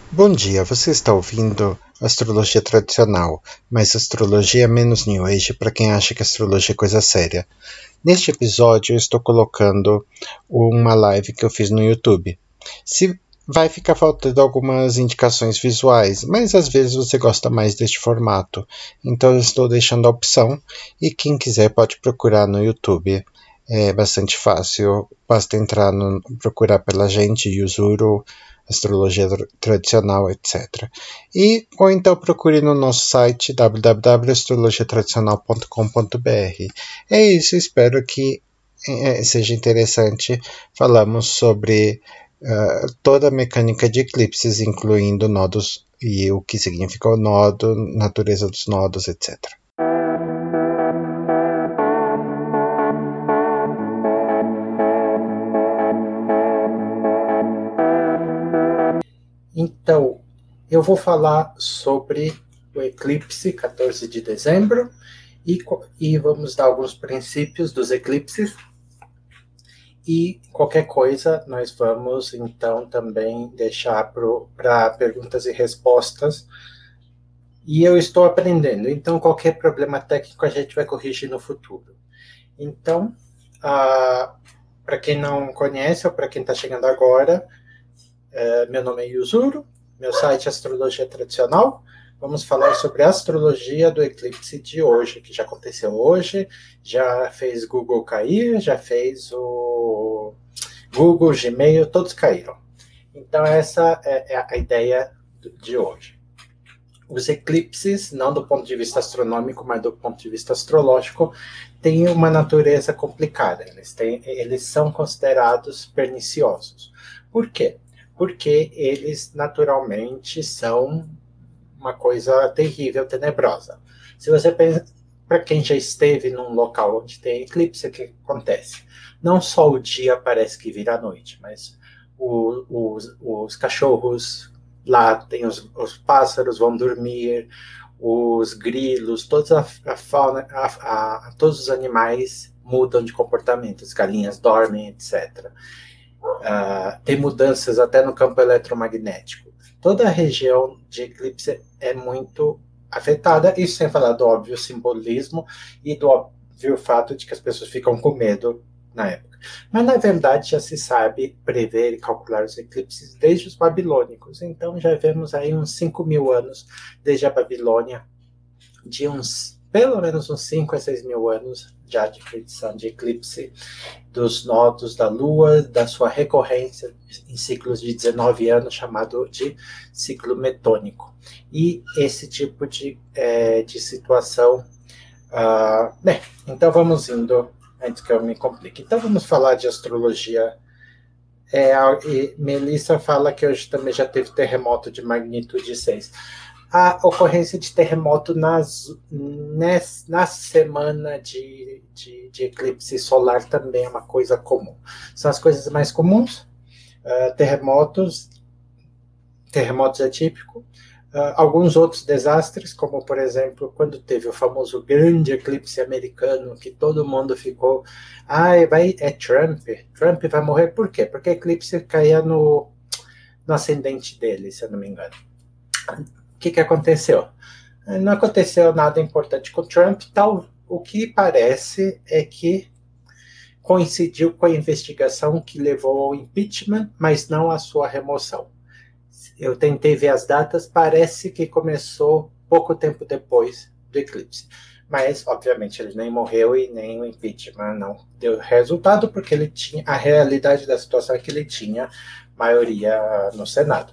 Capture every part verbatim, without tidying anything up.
Bom dia, você está ouvindo Astrologia Tradicional, mas astrologia menos New Age para quem acha que astrologia é coisa séria. Neste episódio eu estou colocando uma live que eu fiz no YouTube. Se vai ficar faltando algumas indicações visuais, mas às vezes você gosta mais deste formato, então eu estou deixando a opção e quem quiser pode procurar no YouTube. É bastante fácil, basta entrar no procurar pela gente, Yuzuru, astrologia tradicional, etcétera. E ou então procure no nosso site w w w ponto astrologia tradicional ponto com ponto b r. É isso, espero que é, seja interessante. Falamos sobre uh, toda a mecânica de eclipses, incluindo nodos e o que significa o nodo, natureza dos nodos, etcétera. Então, eu vou falar sobre o eclipse quatorze de dezembro e, e vamos dar alguns princípios dos eclipses. E qualquer coisa nós vamos então também deixar para perguntas e respostas. E eu estou aprendendo, então qualquer problema técnico a gente vai corrigir no futuro. Então, ah, para quem não conhece ou para quem está chegando agora, é, meu nome é Yuzuru, meu site é Astrologia Tradicional. Vamos falar sobre a astrologia do eclipse de hoje, que já aconteceu hoje, já fez Google cair, já fez o Google, Gmail, todos caíram. Então essa é a ideia de hoje. Os eclipses, não do ponto de vista astronômico, mas do ponto de vista astrológico, têm uma natureza complicada. Eles, têm, eles são considerados perniciosos. Por quê? Porque eles naturalmente são uma coisa terrível, tenebrosa. Se você pensa, para quem já esteve num local onde tem eclipse, o que acontece? Não só o dia parece que vira a noite, mas o, os, os cachorros lá, tem os, os pássaros vão dormir, os grilos, toda a, a fauna, a, a, todos os animais mudam de comportamento, as galinhas dormem, etcétera. Uh, tem mudanças até no campo eletromagnético. Toda a região de eclipse é muito afetada, isso sem falar do óbvio simbolismo e do óbvio fato de que as pessoas ficam com medo na época. Mas, na verdade, já se sabe prever e calcular os eclipses desde os babilônicos. Então, já vemos aí uns cinco mil anos desde a Babilônia, de uns, pelo menos uns cinco a seis mil anos já de predição de eclipse, dos nodos da Lua, da sua recorrência em ciclos de dezenove anos, chamado de ciclo metônico. E esse tipo de, é, de situação... Uh, bem, então vamos indo, antes que eu me complique. Então vamos falar de astrologia. É, e Melissa fala que hoje também já teve terremoto de magnitude seis. A ocorrência de terremoto nas, nes, na semana de, de, de eclipse solar também é uma coisa comum. São as coisas mais comuns, uh, terremotos, terremotos atípicos, uh, alguns outros desastres, como por exemplo, quando teve o famoso grande eclipse americano, que todo mundo ficou, ah, vai, é Trump, Trump vai morrer, por quê? Porque o eclipse caía no, no ascendente dele, se eu não me engano. O que, que aconteceu? Não aconteceu nada importante com o Trump, tal. O que parece é que coincidiu com a investigação que levou ao impeachment, mas não à sua remoção. Eu tentei ver as datas, parece que começou pouco tempo depois do eclipse. Mas, obviamente, ele nem morreu e nem o impeachment não deu resultado, porque ele tinha, a realidade da situação é que ele tinha maioria no Senado.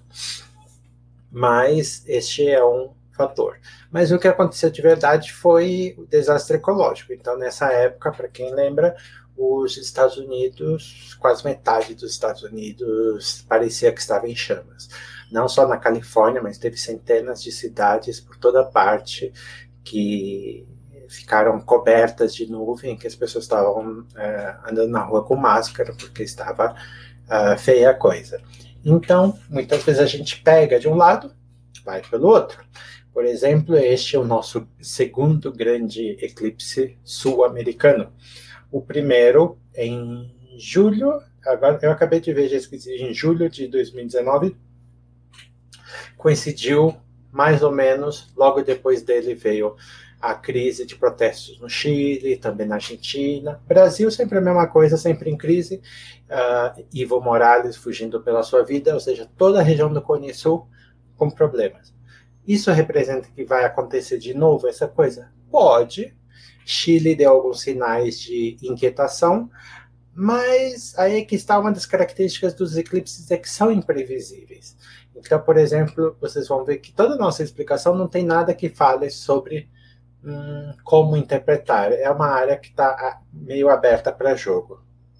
Mas este é um fator. Mas o que aconteceu de verdade foi o desastre ecológico. Então, nessa época, para quem lembra, os Estados Unidos, quase metade dos Estados Unidos parecia que estava em chamas. Não só na Califórnia, mas teve centenas de cidades por toda parte que ficaram cobertas de nuvem, que as pessoas estavam é, andando na rua com máscara, porque estava uh, feia a coisa. Então, muitas vezes a gente pega de um lado, vai pelo outro. Por exemplo, este é o nosso segundo grande eclipse sul-americano. O primeiro em julho, agora eu acabei de ver, já esqueci, em julho de dois mil e dezenove, coincidiu mais ou menos, logo depois dele veio a crise de protestos no Chile, também na Argentina. Brasil sempre a mesma coisa, sempre em crise. Uh, Evo Morales fugindo pela sua vida, ou seja, toda a região do Cone Sul com problemas. Isso representa que vai acontecer de novo essa coisa? Pode. Chile deu alguns sinais de inquietação, mas aí é que está uma das características dos eclipses, é que são imprevisíveis. Então, por exemplo, vocês vão ver que toda a nossa explicação não tem nada que fale sobre hum, como interpretar. É uma área que está meio aberta para jogo.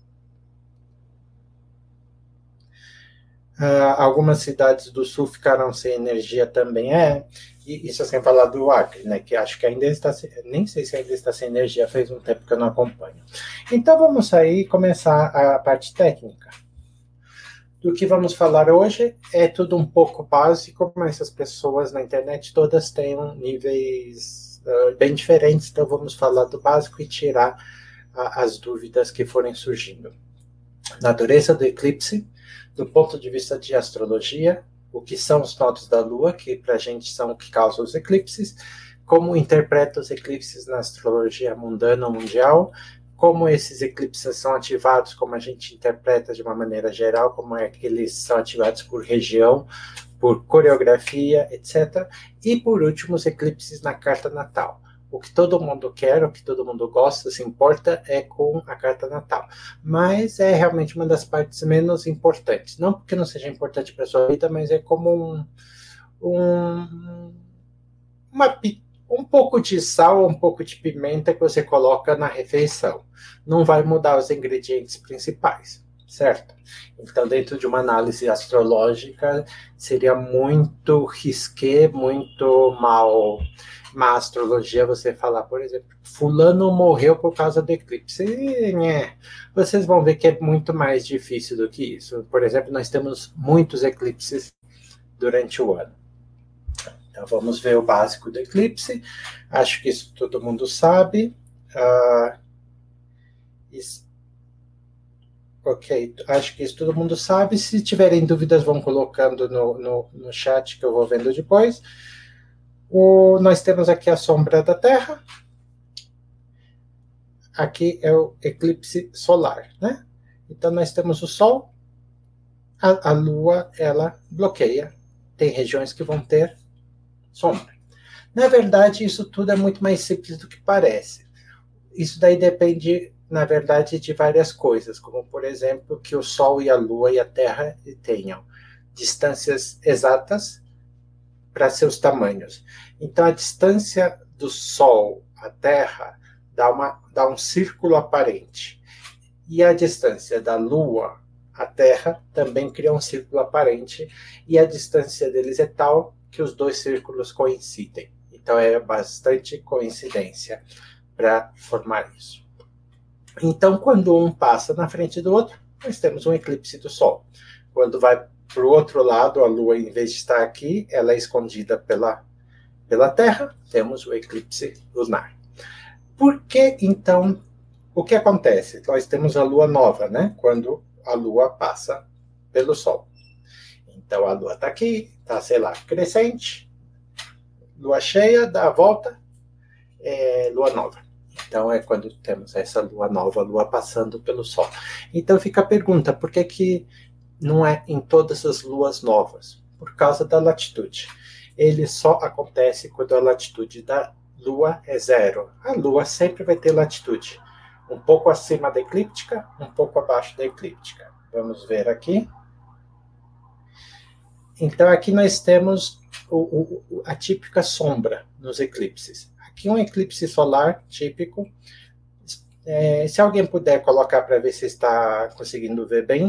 Uh, algumas cidades do sul ficaram sem energia também, é, e isso sem falar do Acre, né, que acho que ainda está, nem sei se ainda está sem energia, faz um tempo que eu não acompanho. Então vamos aí começar a parte técnica. Do que vamos falar hoje é tudo um pouco básico, mas as pessoas na internet todas têm níveis uh, bem diferentes, então vamos falar do básico e tirar uh, as dúvidas que forem surgindo. Natureza do eclipse, do ponto de vista de astrologia, o que são os nodos da Lua, que para a gente são o que causa os eclipses, como interpreta os eclipses na astrologia mundana mundial, como esses eclipses são ativados, como a gente interpreta de uma maneira geral, como é que eles são ativados por região, por coreografia, etcétera. E por último, os eclipses na carta natal. O que todo mundo quer, o que todo mundo gosta, se importa, é com a carta natal. Mas é realmente uma das partes menos importantes. Não porque não seja importante para a sua vida, mas é como um, um, uma, um pouco de sal, um pouco de pimenta que você coloca na refeição. Não vai mudar os ingredientes principais, certo? Então, dentro de uma análise astrológica, seria muito risqué, muito mal... uma astrologia, você falar, por exemplo, fulano morreu por causa do eclipse. E, né, vocês vão ver que é muito mais difícil do que isso. Por exemplo, nós temos muitos eclipses durante o ano. Então, vamos ver o básico do eclipse. Acho que isso todo mundo sabe. Uh, isso, ok, acho que isso todo mundo sabe. Se tiverem dúvidas, vão colocando no, no, no chat que eu vou vendo depois. O, nós temos aqui a sombra da Terra. Aqui é o eclipse solar, né? Então nós temos o Sol, a, a Lua, ela bloqueia. Tem regiões que vão ter sombra. Na verdade, isso tudo é muito mais simples do que parece. Isso daí depende, na verdade, de várias coisas, como por exemplo, que o Sol e a Lua e a Terra tenham distâncias exatas para seus tamanhos. Então, a distância do Sol à Terra dá, uma, dá um círculo aparente. E a distância da Lua à Terra também cria um círculo aparente. E a distância deles é tal que os dois círculos coincidem. Então, é bastante coincidência para formar isso. Então, quando um passa na frente do outro, nós temos um eclipse do Sol. Quando vai para o outro lado, a Lua, em vez de estar aqui, ela é escondida pela, pela Terra, temos o eclipse lunar. Por que, então, o que acontece? Nós temos a Lua nova, né? Quando a Lua passa pelo Sol. Então, a Lua está aqui, está, sei lá, crescente, Lua cheia, dá a volta, é, Lua nova. Então, é quando temos essa Lua nova, a Lua passando pelo Sol. Então, fica a pergunta, por que que não é em todas as luas novas? Por causa da latitude. Ele só acontece quando a latitude da Lua é zero. A Lua sempre vai ter latitude. Um pouco acima da eclíptica, um pouco abaixo da eclíptica. Vamos ver aqui. Então, aqui nós temos o, o, a típica sombra nos eclipses. Aqui um eclipse solar típico. É, se alguém puder colocar para ver se está conseguindo ver bem.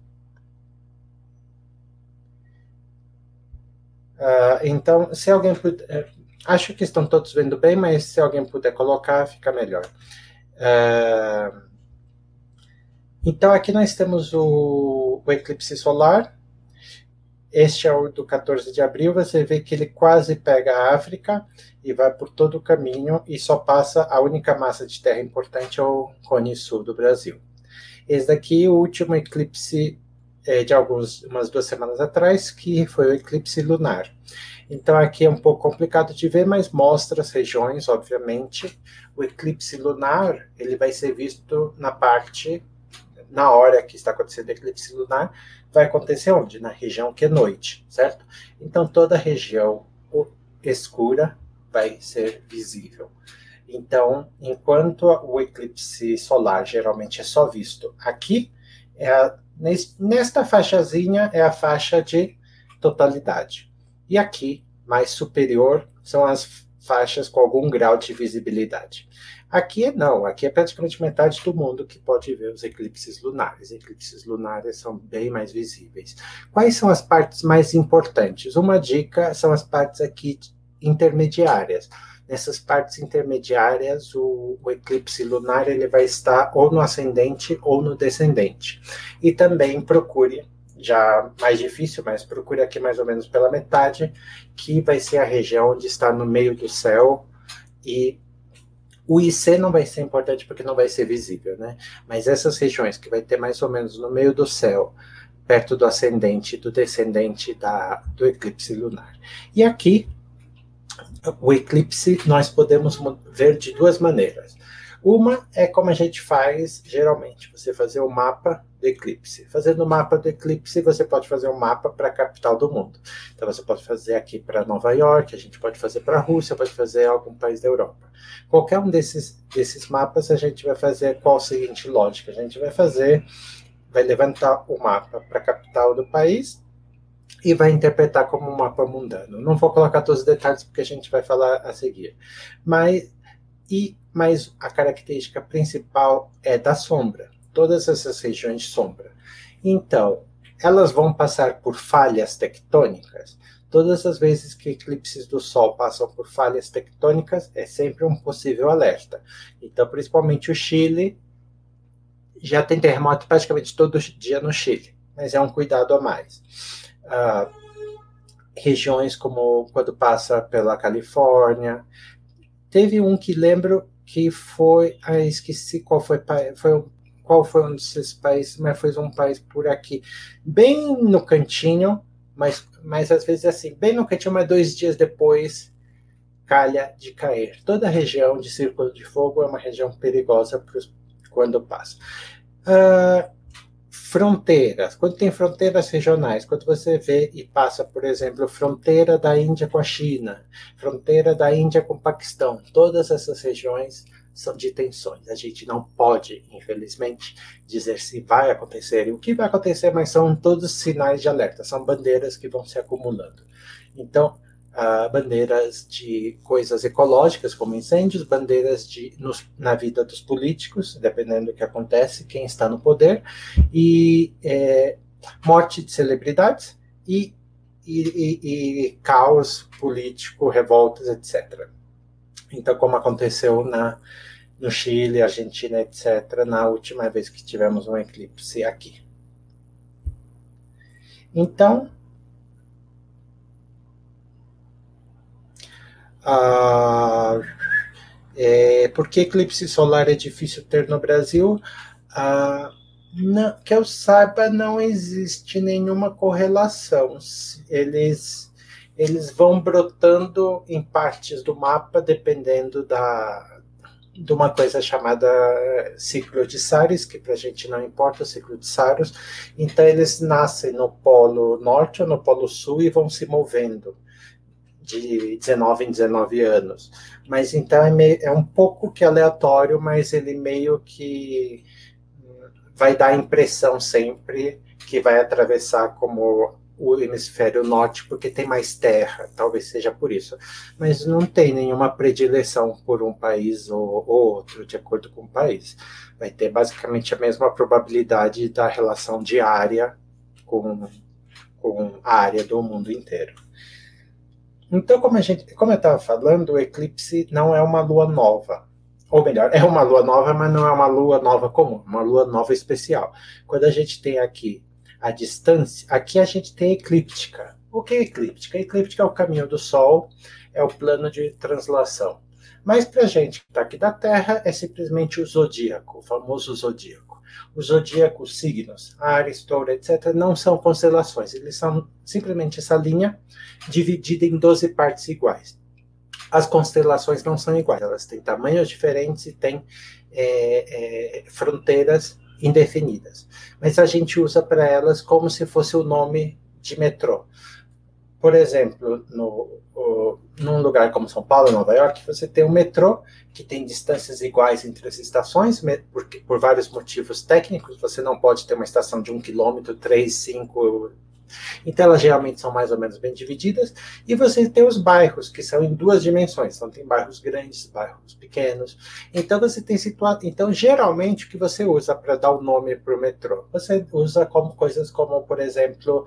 Uh, então, se alguém puder... Acho que estão todos vendo bem, mas se alguém puder colocar, fica melhor. Uh, então, aqui nós temos o, o eclipse solar. Este é o do quatorze de abril. Você vê que ele quase pega a África e vai por todo o caminho e só passa a única massa de terra importante é o Cone Sul do Brasil. Esse daqui é o último eclipse é, de algumas umas duas semanas atrás, que foi o eclipse lunar. Então aqui é um pouco complicado de ver, mas mostra as regiões, obviamente. O eclipse lunar, ele vai ser visto na parte, na hora que está acontecendo o eclipse lunar, vai acontecer onde? Na região que é noite, certo? Então toda a região escura vai ser visível. Então, enquanto o eclipse solar geralmente é só visto aqui, é a, nesta faixazinha é a faixa de totalidade. E aqui, mais superior, são as faixas com algum grau de visibilidade. Aqui não, aqui é praticamente metade do mundo que pode ver os eclipses lunares. Eclipses lunares são bem mais visíveis. Quais são as partes mais importantes? Uma dica são as partes aqui intermediárias. Nessas partes intermediárias, o, o eclipse lunar ele vai estar ou no ascendente ou no descendente. E também procure, já mais difícil, mas procure aqui mais ou menos pela metade, que vai ser a região onde está no meio do céu, e o I C não vai ser importante porque não vai ser visível, né? Mas essas regiões que vai ter mais ou menos no meio do céu, perto do ascendente e do descendente da, do eclipse lunar. E aqui, o eclipse nós podemos ver de duas maneiras. Uma é como a gente faz geralmente, você fazer o mapa do eclipse. Fazendo o mapa do eclipse, você pode fazer um mapa para a capital do mundo. Então você pode fazer aqui para Nova York, a gente pode fazer para a Rússia, pode fazer algum país da Europa. Qualquer um desses, desses mapas, a gente vai fazer qual a seguinte lógica? A gente vai fazer, vai levantar o mapa para a capital do país e vai interpretar como um mapa mundano. Não vou colocar todos os detalhes porque a gente vai falar a seguir. Mas, e, mas a característica principal é da sombra. Todas essas regiões de sombra. Então, elas vão passar por falhas tectônicas. Todas as vezes que eclipses do Sol passam por falhas tectônicas, é sempre um possível alerta. Então, principalmente o Chile, já tem terremoto praticamente todo dia no Chile, mas é um cuidado a mais. Uh, regiões como quando passa pela Califórnia. Teve um que lembro que foi, ah, esqueci qual foi, foi qual foi um desses países, mas foi um país por aqui, bem no cantinho, mas, mas às vezes assim, bem no cantinho, mas dois dias depois calha de cair. Toda a região de Círculo de Fogo é uma região perigosa pros, quando passa. Uh, Fronteiras, quando tem fronteiras regionais, quando você vê e passa, por exemplo, fronteira da Índia com a China, fronteira da Índia com o Paquistão, todas essas regiões são de tensões. A gente não pode, infelizmente, dizer se vai acontecer e o que vai acontecer, mas são todos sinais de alerta, são bandeiras que vão se acumulando. Então, Uh, bandeiras de coisas ecológicas, como incêndios, bandeiras de, nos, na vida dos políticos, dependendo do que acontece, quem está no poder, e é, morte de celebridades e, e, e, e caos político, revoltas, etcétera. Então, como aconteceu na, no Chile, Argentina, etcétera, na última vez que tivemos um eclipse aqui. Então, Ah, é, por que eclipse solar é difícil ter no Brasil? Ah, não, que eu saiba, não existe nenhuma correlação. Eles, eles vão brotando em partes do mapa, dependendo da, de uma coisa chamada ciclo de Saros, que para a gente não importa, o ciclo de Saros. Então, eles nascem no polo norte ou no polo sul e vão se movendo de dezenove em dezenove anos. Mas então é, meio, é um pouco que aleatório, mas ele meio que vai dar a impressão sempre que vai atravessar como o hemisfério norte, porque tem mais terra, talvez seja por isso. Mas não tem nenhuma predileção por um país ou, ou outro, de acordo com o país. Vai ter basicamente a mesma probabilidade da relação diária com, com a área do mundo inteiro. Então, como, a gente, como eu estava falando, o eclipse não é uma lua nova. Ou melhor, é uma lua nova, mas não é uma lua nova comum, uma lua nova especial. Quando a gente tem aqui a distância, aqui a gente tem eclíptica. O que é eclíptica? Eclíptica é o caminho do Sol, é o plano de translação. Mas para a gente que está aqui da Terra, é simplesmente o zodíaco, o famoso zodíaco. O zodíaco, os signos, Áries, Touro, etcétera, não são constelações, eles são simplesmente essa linha dividida em doze partes iguais. As constelações não são iguais, elas têm tamanhos diferentes e têm é, é, fronteiras indefinidas. Mas a gente usa para elas como se fosse o nome de metrô. Por exemplo, no, o, num lugar como São Paulo, Nova York, você tem um metrô que tem distâncias iguais entre as estações, por, por vários motivos técnicos. Você não pode ter uma estação de um quilômetro, três, cinco... Então, elas geralmente são mais ou menos bem divididas. E você tem os bairros, que são em duas dimensões. Então, tem bairros grandes, bairros pequenos. Então, você tem situado... Então, geralmente, o que você usa para dar o nome para o metrô? Você usa como coisas como, por exemplo,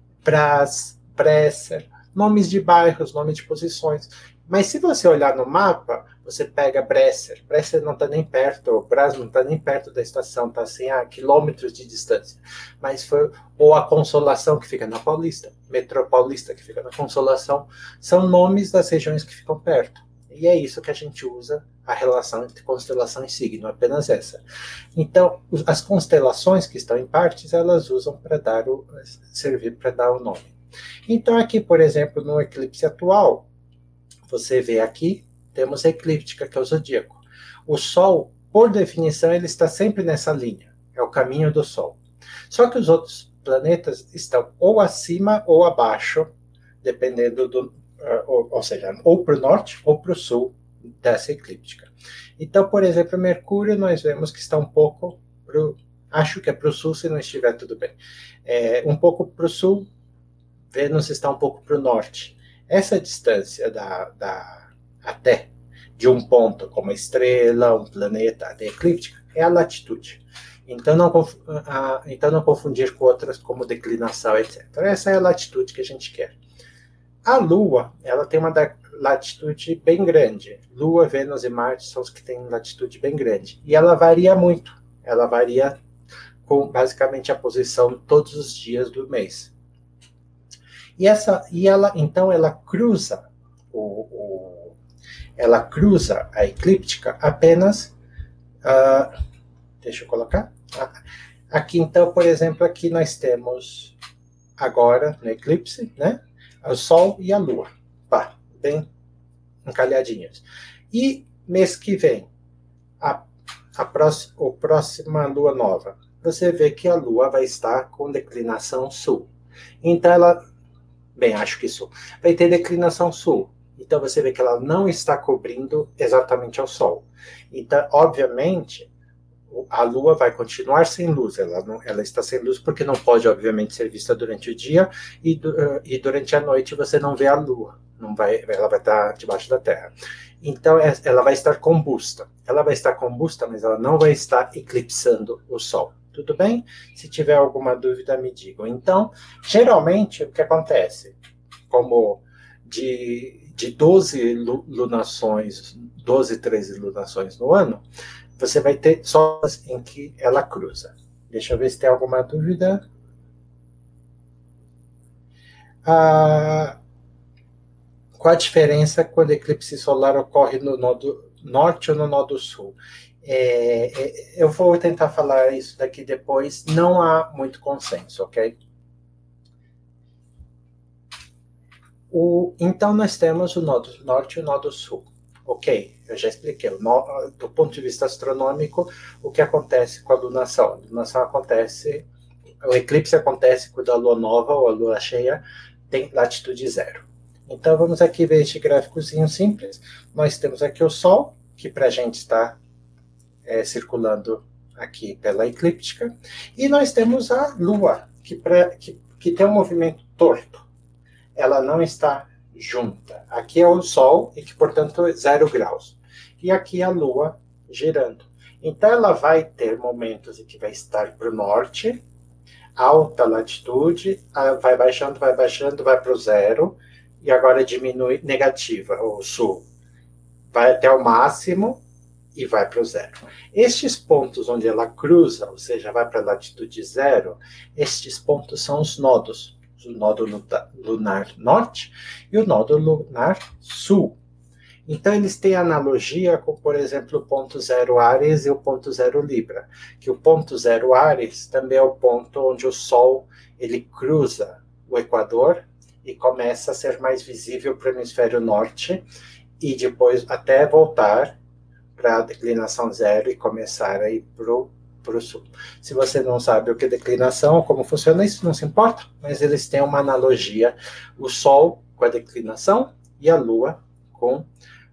Brás, Bresser, nomes de bairros, nomes de posições. Mas se você olhar no mapa, você pega Bresser. Bresser não está nem perto, o Brás não está nem perto da estação, está assim a quilômetros de distância. Mas foi, ou a Consolação, que fica na Paulista, Metrô Paulista, que fica na Consolação, são nomes das regiões que ficam perto. E é isso que a gente usa, a relação entre constelação e signo, apenas essa. Então, as constelações que estão em partes, elas usam para dar o, servir para dar o nome. Então, aqui, por exemplo, no eclipse atual, você vê aqui, temos a eclíptica, que é o zodíaco. O Sol, por definição, ele está sempre nessa linha. É o caminho do Sol. Só que os outros planetas estão ou acima ou abaixo, dependendo do... Uh, ou, ou seja, ou para o norte ou para o sul dessa eclíptica. Então, por exemplo, Mercúrio, nós vemos que está um pouco... Pro, acho que é para o sul, se não estiver tudo bem. É, um pouco para o sul, Vênus está um pouco para o norte. Essa distância da, da, até de um ponto, como a estrela, um planeta, até a eclíptica, é a latitude. Então não, a, então não confundir com outras como declinação, etcétera. Essa é a latitude que a gente quer. A Lua, ela tem uma latitude bem grande. Lua, Vênus e Marte são os que têm latitude bem grande. E ela varia muito. Ela varia com basicamente a posição todos os dias do mês. E, essa, e ela, então, ela cruza, o, o, ela cruza a eclíptica apenas, uh, deixa eu colocar, aqui então, por exemplo, aqui nós temos agora no eclipse, né, o Sol e a Lua, pá, bem encalhadinhos. E mês que vem, a, a, próxima, a próxima Lua nova, você vê que a Lua vai estar com declinação sul. Então ela... Bem, acho que sul. Vai ter declinação sul. Então, você vê que ela não está cobrindo exatamente ao Sol. Então, obviamente, a Lua vai continuar sem luz. Ela, não, ela está sem luz porque não pode, obviamente, ser vista durante o dia. E, uh, e durante a noite você não vê a Lua. Não vai, ela vai estar debaixo da Terra. Então, ela vai estar combusta. Ela vai estar combusta, mas ela não vai estar eclipsando o Sol. Tudo bem? Se tiver alguma dúvida, me digam. Então, geralmente, o que acontece? Como de, de doze lunações, doze, treze lunações no ano, você vai ter só em que ela cruza. Deixa eu ver se tem alguma dúvida. Ah, qual a diferença quando o eclipse solar ocorre no nodo norte ou no nodo sul? É, é, eu vou tentar falar isso daqui depois. Não há muito consenso, ok? O, então, nós temos o nodo norte e o nodo sul. Ok, eu já expliquei. No, do ponto de vista astronômico, o que acontece com a lunação? A lunação acontece... O eclipse acontece quando a lua nova ou a lua cheia tem latitude zero. Então, vamos aqui ver este gráficozinho simples. Nós temos aqui o Sol, que para a gente está... É, circulando aqui pela eclíptica, e nós temos a Lua, que, pra, que, que tem um movimento torto. Ela não está junta. Aqui é o Sol, e que, portanto, é zero graus. E aqui a Lua girando. Então, ela vai ter momentos em que vai estar para o norte, alta latitude, vai baixando, vai baixando, vai para o zero, e agora diminui negativa, o sul. Vai até o máximo, e vai para o zero. Estes pontos onde ela cruza, ou seja, vai para a latitude zero, estes pontos são os nodos. O nodo lunar norte e o nodo lunar sul. Então, eles têm analogia com, por exemplo, o ponto zero Áries e o ponto zero Libra, que o ponto zero Áries também é o ponto onde o Sol ele cruza o Equador e começa a ser mais visível para o hemisfério norte e depois até voltar para a declinação zero e começar a ir para o sul. Se você não sabe o que é declinação ou como funciona isso, não se importa, mas eles têm uma analogia, o Sol com a declinação e a Lua com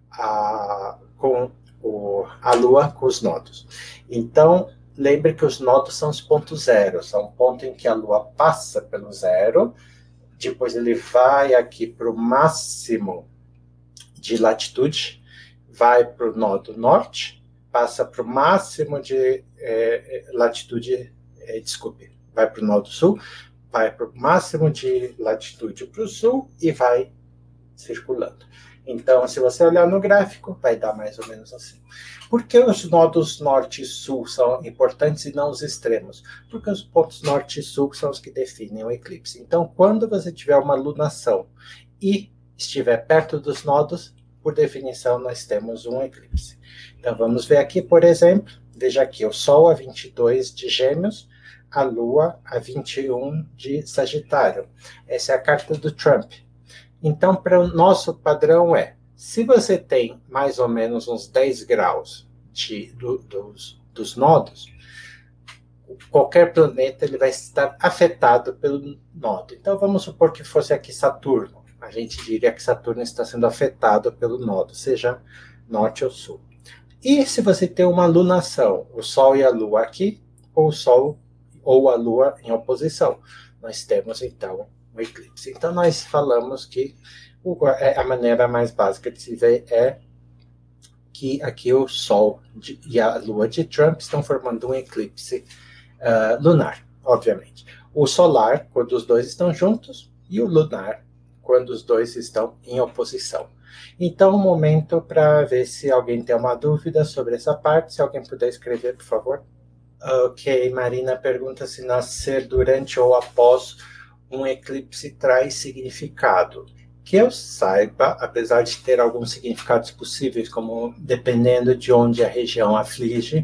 a, com o, a Lua com os nodos. Então, lembre que os nodos são os pontos zero, são um ponto em que a Lua passa pelo zero, depois ele vai aqui para o máximo de latitude, vai para o nodo norte, passa para o máximo de é, latitude, é, desculpe, vai para o nodo sul, vai para o máximo de latitude para o sul e vai circulando. Então, se você olhar no gráfico, vai dar mais ou menos assim. Por que os nodos norte e sul são importantes e não os extremos? Porque os pontos norte e sul são os que definem o eclipse. Então, quando você tiver uma lunação e estiver perto dos nodos, por definição, nós temos um eclipse. Então, vamos ver aqui, por exemplo, veja aqui, o Sol a vinte e dois de Gêmeos, a Lua a vinte e um de Sagitário. Essa é a carta do Trump. Então, para o nosso padrão é, se você tem mais ou menos uns dez graus de, do, dos, dos nodos, qualquer planeta ele vai estar afetado pelo nodo. Então, vamos supor que fosse aqui Saturno. A gente diria que Saturno está sendo afetado pelo nodo, seja norte ou sul. E se você tem uma lunação, o Sol e a Lua aqui, ou o Sol ou a Lua em oposição, nós temos então um eclipse. Então nós falamos que a maneira mais básica de se ver é que aqui o Sol e a Lua de Trump estão formando um eclipse uh, lunar, obviamente. O solar, quando os dois estão juntos, e o lunar, quando os dois estão em oposição. Então, um momento para ver se alguém tem uma dúvida sobre essa parte. Se alguém puder escrever, por favor. Ok, Marina pergunta se nascer durante ou após um eclipse traz significado. Que eu saiba, apesar de ter alguns significados possíveis, como dependendo de onde a região aflige.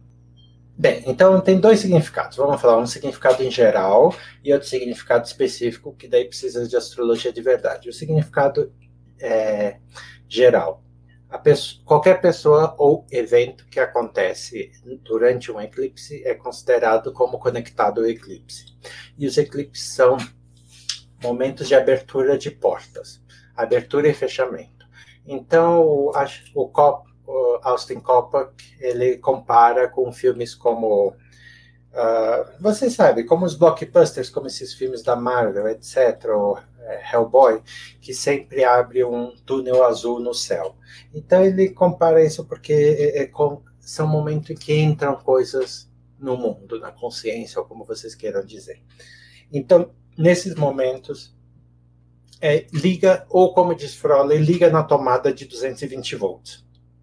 Bem, então tem dois significados. Vamos falar um significado em geral e outro significado específico, que daí precisa de astrologia de verdade. O significado é, geral. A pessoa, qualquer pessoa ou evento que acontece durante um eclipse é considerado como conectado ao eclipse. E os eclipses são momentos de abertura de portas, abertura e fechamento. Então, o, o, o Austin Coppock, ele compara com filmes como, uh, você sabe, como os blockbusters, como esses filmes da Marvel, etcétera, ou é, Hellboy, que sempre abre um túnel azul no céu. Então, ele compara isso porque é, é, com, são momentos em que entram coisas no mundo, na consciência, ou como vocês queiram dizer. Então, nesses momentos, é, liga, ou como diz Froley, liga na tomada de duzentos e vinte volts.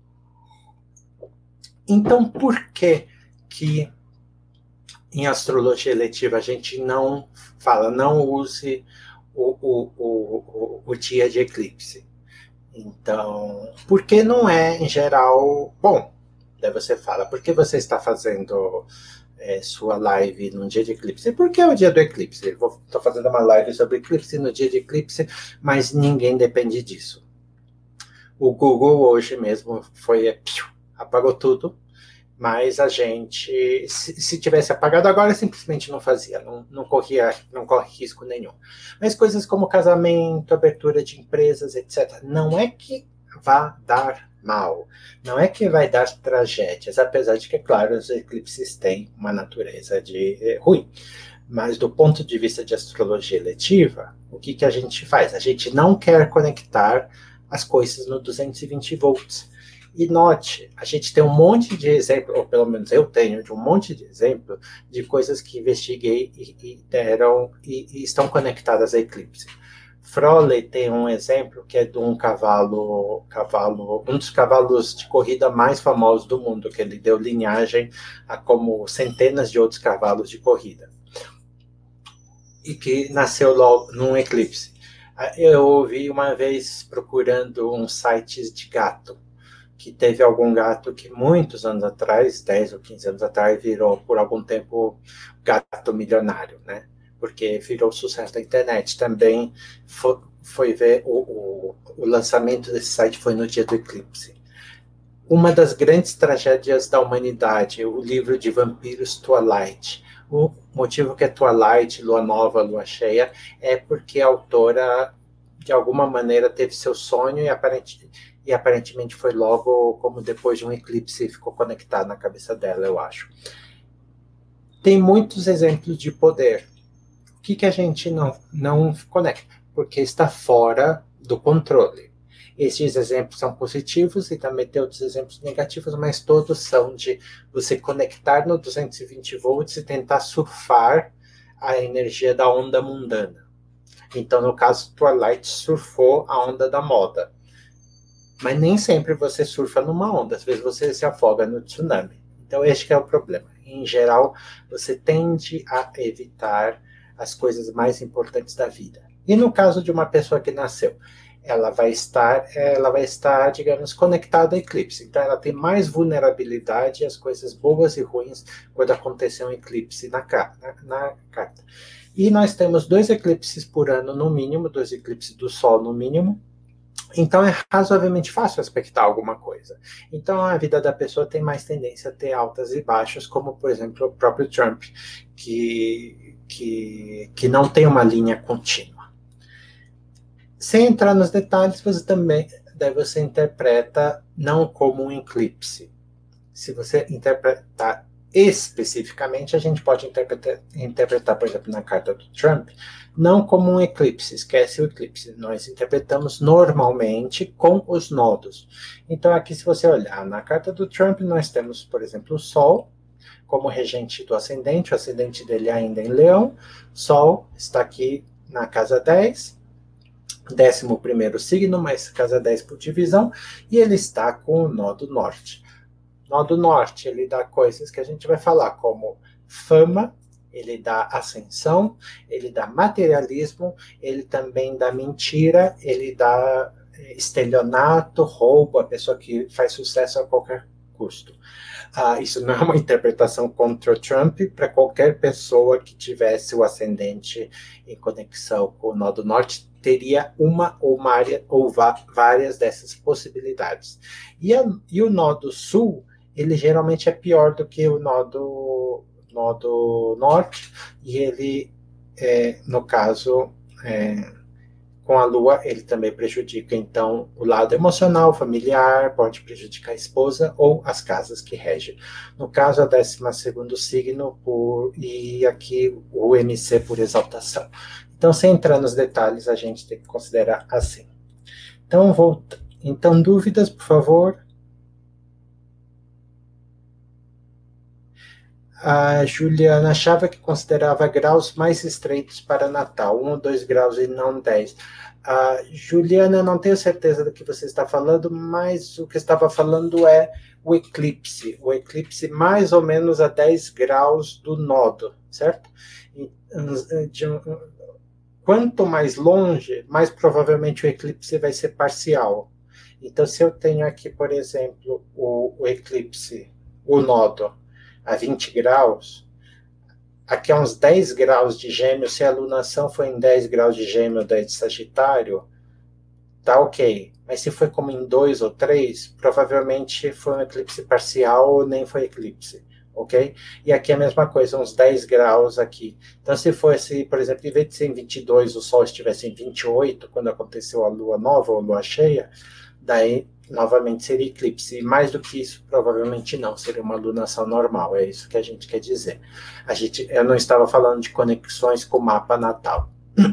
Então, por que que em astrologia eletiva a gente não fala, não use o, o, o, o dia de eclipse? Então, porque não é, em geral, bom. Daí você fala, por que você está fazendo é, sua live num dia de eclipse? Por que é o dia do eclipse? Estou fazendo uma live sobre eclipse no dia de eclipse, mas ninguém depende disso. O Google hoje mesmo foi, piu, apagou tudo, mas a gente, se, se tivesse apagado agora, simplesmente não fazia, não, não corria, não corre risco nenhum. Mas coisas como casamento, abertura de empresas, etcétera, não é que vá dar mal, não é que vai dar tragédias, apesar de que, claro, os eclipses têm uma natureza de eh, ruim. Mas do ponto de vista de astrologia eletiva, o que, que a gente faz? A gente não quer conectar as coisas no duzentos e vinte volts. E note, a gente tem um monte de exemplo, ou pelo menos eu tenho, de um monte de exemplo de coisas que investiguei e, e deram e, e estão conectadas a eclipse. Froley tem um exemplo que é de um cavalo, cavalo, um dos cavalos de corrida mais famosos do mundo, que ele deu linhagem a como centenas de outros cavalos de corrida. E que nasceu logo num eclipse. Eu ouvi uma vez procurando um site de gato, que teve algum gato que muitos anos atrás, dez ou quinze anos atrás, virou por algum tempo gato milionário, né? Porque virou sucesso da internet. Também foi, foi ver o, o, o lançamento desse site foi no dia do eclipse. Uma das grandes tragédias da humanidade, o livro de vampiros Twilight. O motivo que é Twilight, lua nova, lua cheia, é porque a autora, de alguma maneira, teve seu sonho e, aparente, e aparentemente foi logo, como depois de um eclipse, ficou conectado na cabeça dela, eu acho. Tem muitos exemplos de poder. O que, que a gente não, não conecta? Porque está fora do controle. Estes exemplos são positivos e também tem outros exemplos negativos, mas todos são de você conectar no duzentos e vinte volts e tentar surfar a energia da onda mundana. Então, no caso, Twilight surfou a onda da moda. Mas nem sempre você surfa numa onda, às vezes você se afoga no tsunami. Então, este é o problema. Em geral, você tende a evitar as coisas mais importantes da vida. E no caso de uma pessoa que nasceu, ela vai estar, ela vai estar, digamos, conectada a eclipse. Então, ela tem mais vulnerabilidade às coisas boas e ruins quando acontecer um eclipse na, na, na carta. E nós temos dois eclipses por ano, no mínimo, dois eclipses do Sol, no mínimo. Então, é razoavelmente fácil aspectar alguma coisa. Então, a vida da pessoa tem mais tendência a ter altas e baixas, como, por exemplo, o próprio Trump, que, que, que não tem uma linha contínua. Sem entrar nos detalhes, você também daí você interpreta não como um eclipse. Se você interpretar especificamente, a gente pode interpretar, interpretar, por exemplo, na carta do Trump, não como um eclipse, esquece o eclipse. Nós interpretamos normalmente com os nodos. Então, aqui, se você olhar na carta do Trump, nós temos, por exemplo, o Sol como regente do ascendente, o ascendente dele ainda em Leão, Sol está aqui na casa dez, décimo primeiro signo, mas casa dez por divisão, e ele está com o nó do norte. Nó do norte, ele dá coisas que a gente vai falar, como fama, ele dá ascensão, ele dá materialismo, ele também dá mentira, ele dá estelionato, roubo, a pessoa que faz sucesso a qualquer custo. Ah, isso não é uma interpretação contra o Trump, para qualquer pessoa que tivesse o ascendente em conexão com o nó do norte, teria uma ou, uma área, ou várias dessas possibilidades. E, a, e o nó do sul, ele geralmente é pior do que o nó do, nó do norte, e ele, é, no caso, é, com a lua, ele também prejudica, então, o lado emocional, familiar, pode prejudicar a esposa ou as casas que regem. No caso, a décima segundo signo, por, e aqui o M C por exaltação. Então, sem entrar nos detalhes, a gente tem que considerar assim. Então, volta. Então, dúvidas, por favor? A Juliana achava que considerava graus mais estreitos para Natal, um ou dois graus e não dez. A Juliana, não tenho certeza do que você está falando, mas o que estava falando é o eclipse. O eclipse mais ou menos a dez graus do nodo, certo? De um, quanto mais longe, mais provavelmente o eclipse vai ser parcial. Então, se eu tenho aqui, por exemplo, o, o eclipse, o nodo, a vinte graus, aqui a uns dez graus de Gêmeo, se a lunação foi em dez graus de Gêmeo da de Sagitário, tá ok. Mas se foi como em dois ou três, provavelmente foi um eclipse parcial ou nem foi eclipse. Ok? E aqui a mesma coisa, uns dez graus aqui. Então, se fosse, por exemplo, em vez de ser em vinte e dois, o Sol estivesse em vinte e oito, quando aconteceu a Lua nova ou Lua cheia, daí, novamente, seria eclipse. E mais do que isso, provavelmente não, seria uma lunação normal. É isso que a gente quer dizer. A gente, eu não estava falando de conexões com o mapa natal.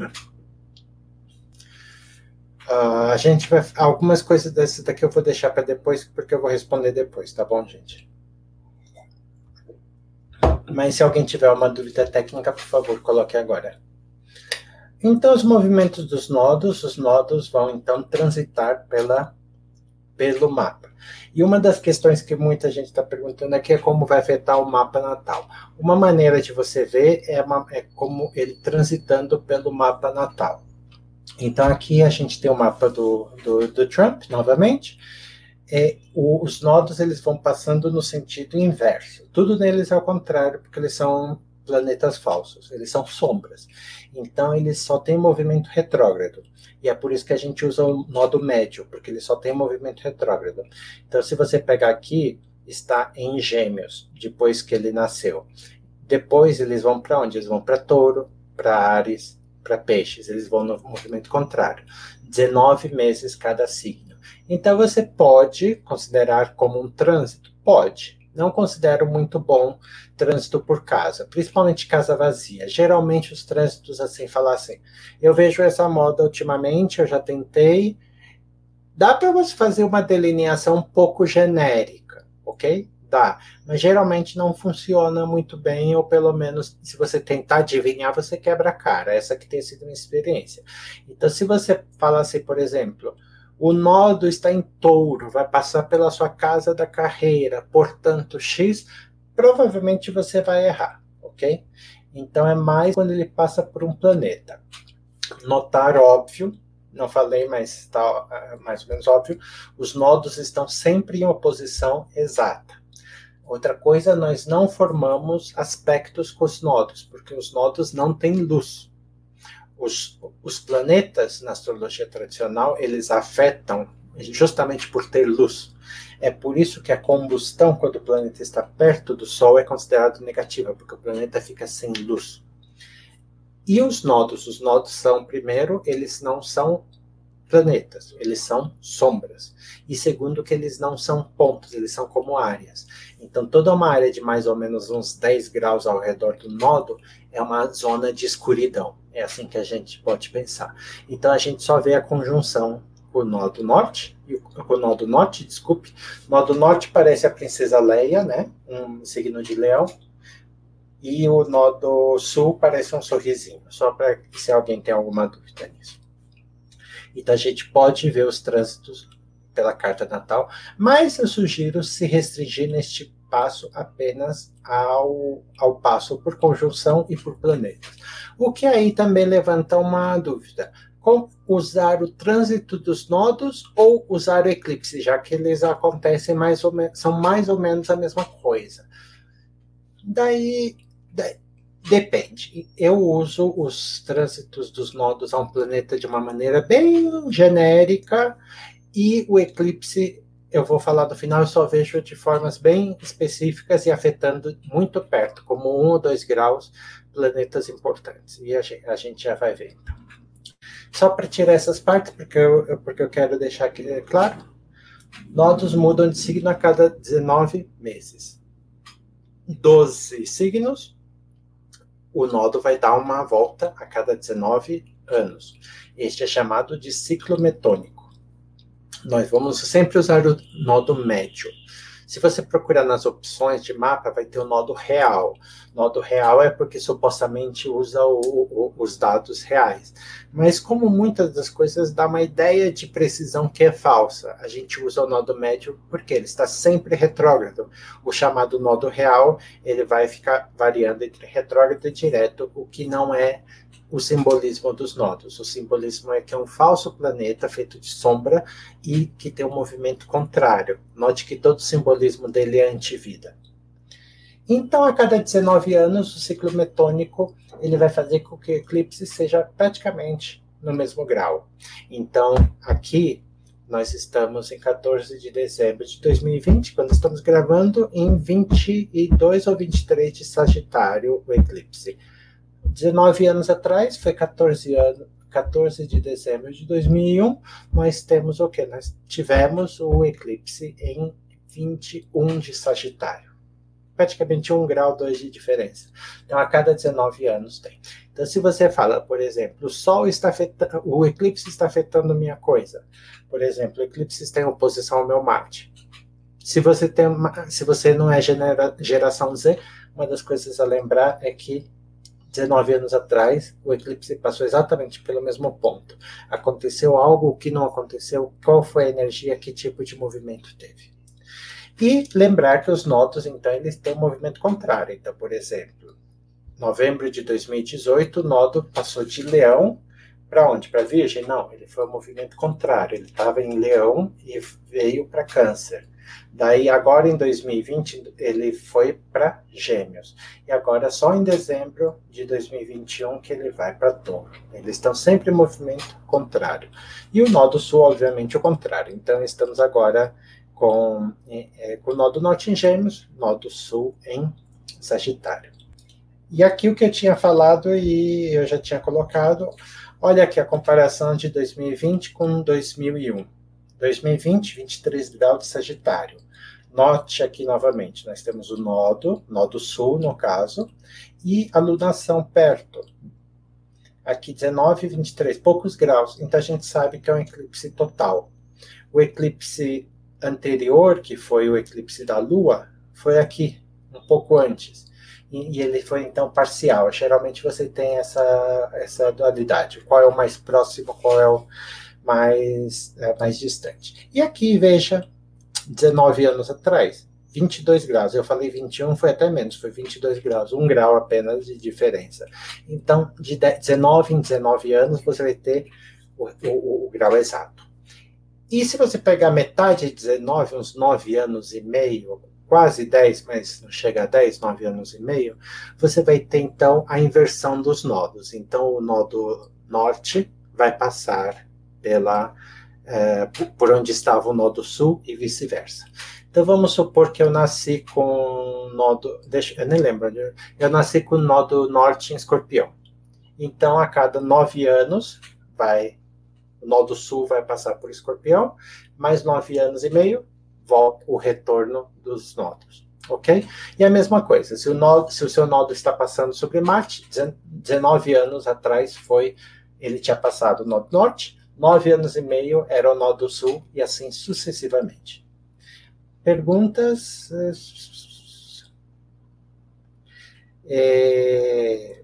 uh, a gente vai... Algumas coisas dessas daqui eu vou deixar para depois, porque eu vou responder depois, tá bom, gente? Mas se alguém tiver uma dúvida técnica, por favor, coloque agora. Então, os movimentos dos nodos, os nodos vão, então, transitar pela, pelo mapa. E uma das questões que muita gente está perguntando aqui é como vai afetar o mapa natal. Uma maneira de você ver é, uma, é como ele transitando pelo mapa natal. Então aqui a gente tem o mapa do, do, do Trump, novamente. É, o, os nodos eles vão passando no sentido inverso. Tudo neles é ao contrário, porque eles são planetas falsos, eles são sombras. Então eles só têm movimento retrógrado. E é por isso que a gente usa o nodo médio, porque ele só tem movimento retrógrado. Então se você pegar aqui, está em Gêmeos, depois que ele nasceu. Depois eles vão para onde? Eles vão para Touro, para Áries, para Peixes. Eles vão no movimento contrário. dezenove meses cada signo. Então você pode considerar como um trânsito? Pode. Não considero muito bom trânsito por casa, principalmente casa vazia. Geralmente os trânsitos assim, falar assim, eu vejo essa moda ultimamente, eu já tentei. Dá para você fazer uma delineação um pouco genérica, ok? Dá, mas geralmente não funciona muito bem, ou pelo menos se você tentar adivinhar, você quebra a cara. Essa que tem sido uma experiência. Então se você falar assim, por exemplo, o nodo está em Touro, vai passar pela sua casa da carreira, portanto, X, provavelmente você vai errar, ok? Então é mais quando ele passa por um planeta. Notar, óbvio, não falei, mas está mais ou menos óbvio, os nodos estão sempre em oposição exata. Outra coisa, nós não formamos aspectos com os nodos, porque os nodos não têm luz. Os, os planetas, na astrologia tradicional, eles afetam justamente por ter luz. É por isso que a combustão, quando o planeta está perto do Sol, é considerado negativa, porque o planeta fica sem luz. E os nodos? Os nodos são, primeiro, eles não são planetas, eles são sombras. E segundo, que eles não são pontos, eles são como áreas. Então, toda uma área de mais ou menos uns dez graus ao redor do nodo é uma zona de escuridão. É assim que a gente pode pensar. Então, a gente só vê a conjunção com o nodo norte, e o nodo norte, desculpe. O nodo norte parece a princesa Leia, né? Um signo de leão. E o nodo sul parece um sorrisinho, só para se alguém tem alguma dúvida nisso. Então a gente pode ver os trânsitos pela carta natal, mas eu sugiro se restringir neste passo apenas ao, ao passo por conjunção e por planetas. O que aí também levanta uma dúvida. Como usar o trânsito dos nodos ou usar o eclipse, já que eles acontecem mais ou menos, são mais ou menos a mesma coisa. Daí, daí depende. Eu uso os trânsitos dos nodos a um planeta de uma maneira bem genérica, e o eclipse, eu vou falar no final, eu só vejo de formas bem específicas e afetando muito perto, como um ou dois graus, planetas importantes. E a gente, a gente já vai ver, então. Só para tirar essas partes, porque eu, porque eu quero deixar aqui claro, nodos mudam de signo a cada dezenove meses. doze signos, o nodo vai dar uma volta a cada dezenove anos. Este é chamado de ciclo metônico. Nós vamos sempre usar o nodo médio. Se você procurar nas opções de mapa, vai ter o nodo real. Nodo real é porque supostamente usa o, o, os dados reais. Mas como muitas das coisas dá uma ideia de precisão que é falsa, a gente usa o nodo médio porque ele está sempre retrógrado. O chamado nodo real, ele vai ficar variando entre retrógrado e direto, o que não é o simbolismo dos nodos. O simbolismo é que é um falso planeta feito de sombra e que tem um movimento contrário. Note que todo o simbolismo dele é antivida. Então, a cada dezenove anos, o ciclo metônico ele vai fazer com que o eclipse seja praticamente no mesmo grau. Então, aqui, nós estamos em quatorze de dezembro de dois mil e vinte, quando estamos gravando, em vinte e dois ou vinte e três de Sagitário, o eclipse. dezenove anos atrás, foi quatorze, anos, quatorze de dezembro de dois mil e um, nós temos o quê? Nós tivemos o eclipse em vinte e um de Sagitário. Praticamente um grau, dois de diferença. Então, a cada dezenove anos tem. Então, se você fala, por exemplo, o Sol está afetando, o eclipse está afetando minha coisa. Por exemplo, o eclipse está em oposição ao meu Marte. Se você, tem uma, se você não é genera, geração Z, uma das coisas a lembrar é que dezenove anos atrás, o eclipse passou exatamente pelo mesmo ponto. Aconteceu algo que não aconteceu? Qual foi a energia? Que tipo de movimento teve? E lembrar que os nodos, então, eles têm um movimento contrário. Então, por exemplo, novembro de dois mil e dezoito, o nodo passou de Leão para onde? Para Virgem? Não, ele foi um movimento contrário. Ele estava em Leão e veio para Câncer. Daí, agora em dois mil e vinte, ele foi para Gêmeos. E agora, só em dezembro de dois mil e vinte e um, que ele vai para Touro. Eles estão sempre em movimento contrário. E o nó do Sul, obviamente, o contrário. Então, estamos agora com, é, com o nó do Norte em Gêmeos, nó do Sul em Sagitário. E aqui o que eu tinha falado e eu já tinha colocado, olha aqui a comparação de dois mil e vinte com dois mil e um. dois mil e vinte, vinte e três graus de Sagitário. Note aqui novamente, nós temos o nodo, nodo sul no caso, e a lunação perto. Aqui dezenove, vinte e três, poucos graus, então a gente sabe que é um eclipse total. O eclipse anterior, que foi o eclipse da Lua, foi aqui, um pouco antes. E, e ele foi, então, parcial. Geralmente você tem essa, essa dualidade. Qual é o mais próximo, qual é o mais, é, mais distante. E aqui, veja, dezenove anos atrás, vinte e dois graus. Eu falei vinte e um, foi até menos, foi vinte e dois graus. Um grau apenas de diferença. Então, de dezenove em dezenove anos, você vai ter o, o, o grau exato. E se você pegar metade de dezenove, uns nove anos e meio, quase dez, mas não chega a dez, nove anos e meio, você vai ter, então, a inversão dos nodos. Então, o nodo norte vai passar pela, é, por onde estava o nodo sul e vice-versa. Então, vamos supor que eu nasci com nodo... Deixa, eu nem lembro. Eu nasci com o nodo norte em Escorpião. Então, a cada nove anos, vai, o nodo sul vai passar por Escorpião, mais nove anos e meio, volta o retorno dos nodos, ok? E a mesma coisa, se o, nodo, se o seu nodo está passando sobre Marte, dezenove anos atrás foi, ele tinha passado o nodo norte, nove anos e meio era o nodo sul, e assim sucessivamente. Perguntas? É...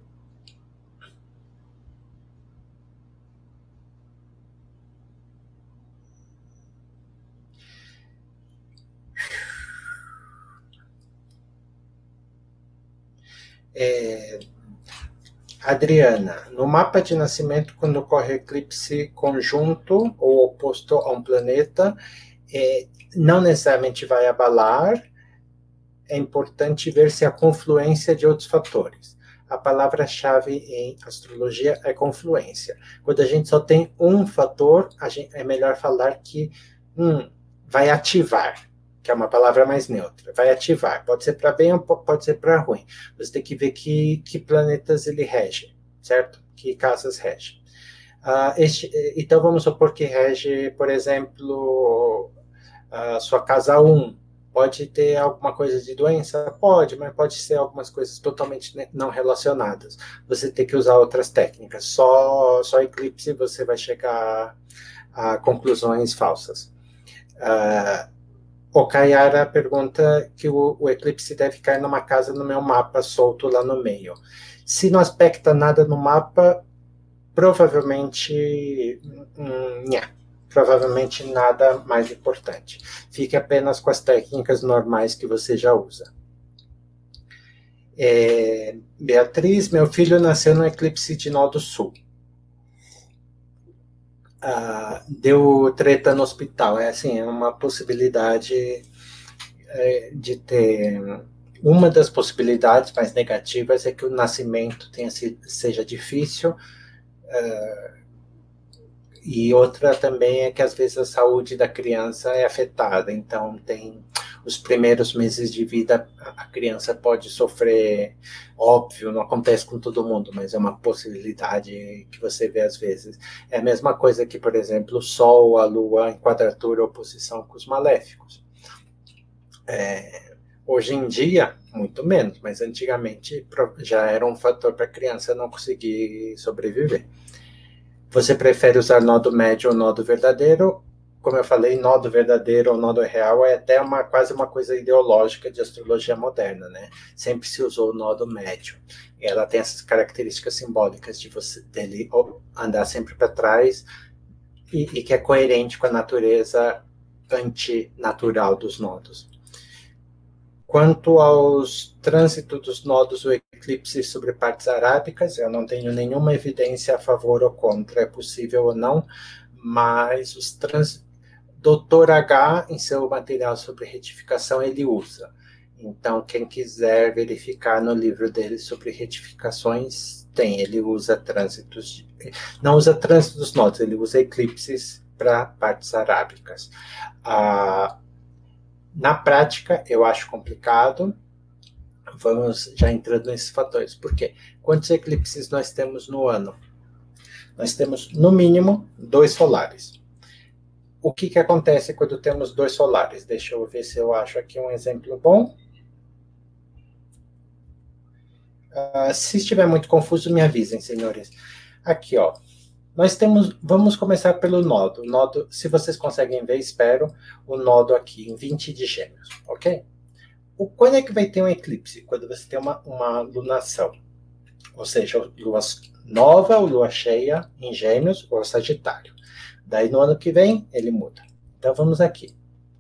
É, Adriana, no mapa de nascimento, quando ocorre eclipse conjunto ou oposto a um planeta, é, não necessariamente vai abalar, é importante ver se há confluência de outros fatores. A palavra-chave em astrologia é confluência. Quando a gente só tem um fator, a gente, é melhor falar que hum, vai ativar, que é uma palavra mais neutra, vai ativar, pode ser para bem ou pode ser para ruim. Você tem que ver que, que planetas ele rege, certo? Que casas rege. Uh, este, então, vamos supor que rege, por exemplo, a sua casa um. Pode ter alguma coisa de doença? Pode, mas pode ser algumas coisas totalmente não relacionadas. Você tem que usar outras técnicas. Só, só eclipse você vai chegar a, a conclusões falsas. Uh, O Kayara pergunta que o, o eclipse deve cair numa casa no meu mapa solto lá no meio. Se não aspecta nada no mapa, provavelmente, hum, nha, provavelmente nada mais importante. Fique apenas com as técnicas normais que você já usa. É, Beatriz, meu filho nasceu no eclipse de nó do sul. Ah, deu treta no hospital. É assim, é uma possibilidade é, de ter... Uma das possibilidades mais negativas é que o nascimento tenha sido, seja difícil, uh, e outra também é que às vezes a saúde da criança é afetada, então tem os primeiros meses de vida, a criança pode sofrer, óbvio, não acontece com todo mundo, mas é uma possibilidade que você vê às vezes. É a mesma coisa que, por exemplo, o Sol, a Lua em quadratura ou oposição com os maléficos. É, hoje em dia, muito menos, mas antigamente já era um fator para a criança não conseguir sobreviver. Você prefere usar nodo médio ou nodo verdadeiro? Como eu falei, nodo verdadeiro ou nodo real é até uma, quase uma coisa ideológica de astrologia moderna, né? Sempre se usou o nodo médio. E ela tem essas características simbólicas de você dele andar sempre para trás e, e que é coerente com a natureza antinatural dos nodos. Quanto aos trânsitos dos nodos do eclipse sobre partes arábicas, eu não tenho nenhuma evidência a favor ou contra, é possível ou não, mas os trânsitos, doutor H, em seu material sobre retificação, ele usa. Então, quem quiser verificar no livro dele sobre retificações, tem, ele usa trânsitos, não usa trânsitos dos nodos, ele usa eclipses para partes arábicas. Ah, Na prática, eu acho complicado. Vamos já entrando nesses fatores. Por quê? Quantos eclipses nós temos no ano? Nós temos, no mínimo, dois solares. O que, que acontece quando temos dois solares? Deixa eu ver se eu acho aqui um exemplo bom. Uh, se estiver muito confuso, me avisem, senhores. Aqui, ó. Nós temos, vamos começar pelo nodo. O nodo, se vocês conseguem ver, espero, o nodo aqui em vinte de Gêmeos, ok? O, quando é que vai ter um eclipse? Quando você tem uma, uma lunação. Ou seja, lua nova ou lua cheia em Gêmeos ou Sagitário. Daí no ano que vem, ele muda. Então vamos aqui.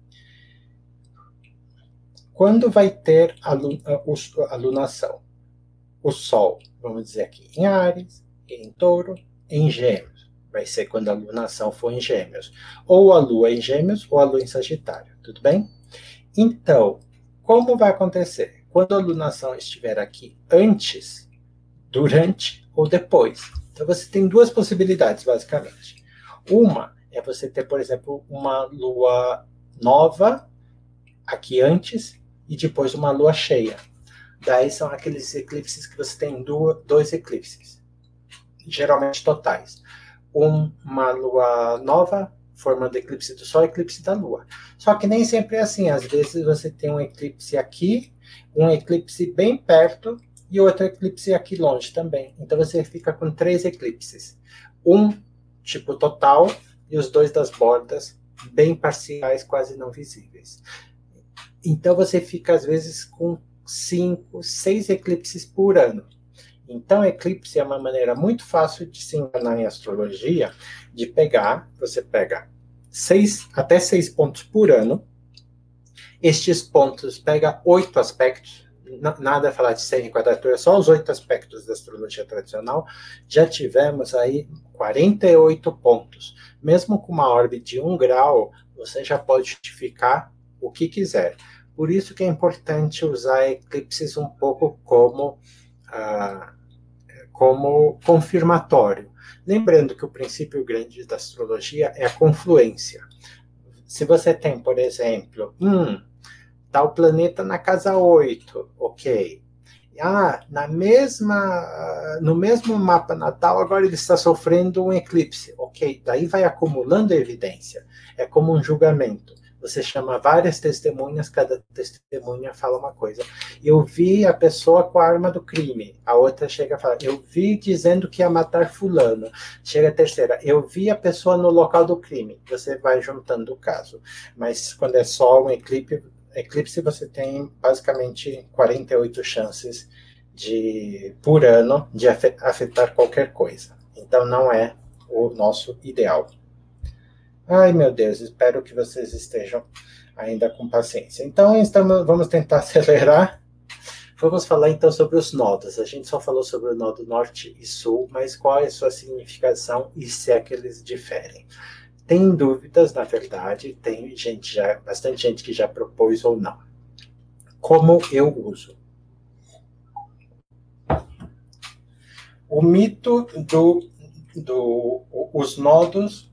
Quando vai ter a, a, a lunação? O Sol, vamos dizer aqui, em Áries, em Touro, em Gêmeos. Vai ser quando a lunação for em Gêmeos. Ou a Lua em Gêmeos, ou a Lua em Sagitário. Tudo bem? Então, como vai acontecer? Quando a lunação estiver aqui antes, durante ou depois. Então, você tem duas possibilidades, basicamente. Uma é você ter, por exemplo, uma Lua nova aqui antes e depois uma Lua cheia. Daí são aqueles eclipses que você tem duas, dois eclipses. Geralmente totais. Um, uma lua nova, formando eclipse do Sol e eclipse da Lua. Só que nem sempre é assim. Às vezes você tem um eclipse aqui, um eclipse bem perto e outro eclipse aqui longe também. Então você fica com três eclipses. Um tipo total e os dois das bordas bem parciais, quase não visíveis. Então você fica às vezes com cinco, seis eclipses por ano. Então, eclipse é uma maneira muito fácil de se enganar em astrologia, de pegar, você pega seis, até seis pontos por ano, estes pontos pega oito aspectos, nada a falar de cem quadratura, só os oito aspectos da astrologia tradicional, já tivemos aí quarenta e oito pontos. Mesmo com uma órbita de um grau, você já pode justificar o que quiser. Por isso que é importante usar eclipses um pouco como... Uh, como confirmatório. Lembrando que o princípio grande da astrologia é a confluência. Se você tem, por exemplo, hum, tal planeta na casa oito, ok. Ah, na mesma, no mesmo mapa natal, agora ele está sofrendo um eclipse, ok. Daí vai acumulando evidência. É como um julgamento. Você chama várias testemunhas, cada testemunha fala uma coisa. Eu vi a pessoa com a arma do crime. A outra chega a falar, eu vi dizendo que ia matar fulano. Chega a terceira, eu vi a pessoa no local do crime. Você vai juntando o caso. Mas quando é só um eclipse, eclipse você tem basicamente quarenta e oito chances de, por ano de afetar qualquer coisa. Então não é o nosso ideal. Ai, meu Deus, espero que vocês estejam ainda com paciência. Então, estamos, vamos tentar acelerar. Vamos falar, então, sobre os nodos. A gente só falou sobre o nodo norte e sul, mas qual é a sua significação e se é que eles diferem? Tem dúvidas, na verdade, tem gente já, bastante gente que já propôs ou não. Como eu uso? O mito do... do os nodos...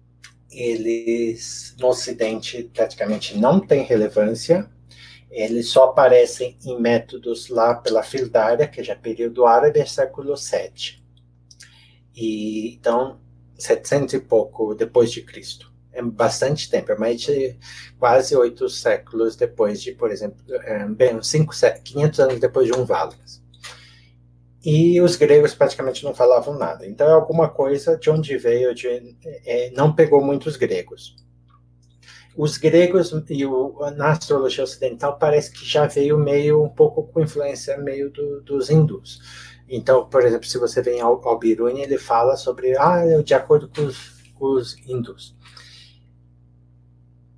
eles no Ocidente praticamente não têm relevância, eles só aparecem em métodos lá pela Fildária, que já é período árabe, século sete. E, então, setecentos e pouco depois de Cristo. É bastante tempo, é mais de quase oito séculos depois de, por exemplo, bem, cinco, quinhentos anos depois de um Válidas. E os gregos praticamente não falavam nada. Então é alguma coisa de onde veio, de, é, não pegou muitos gregos. Os gregos e o, na astrologia ocidental parece que já veio meio, um pouco com influência meio do, dos hindus. Então, por exemplo, se você vem ao, ao Biruni, ele fala sobre, ah, de acordo com os, com os hindus.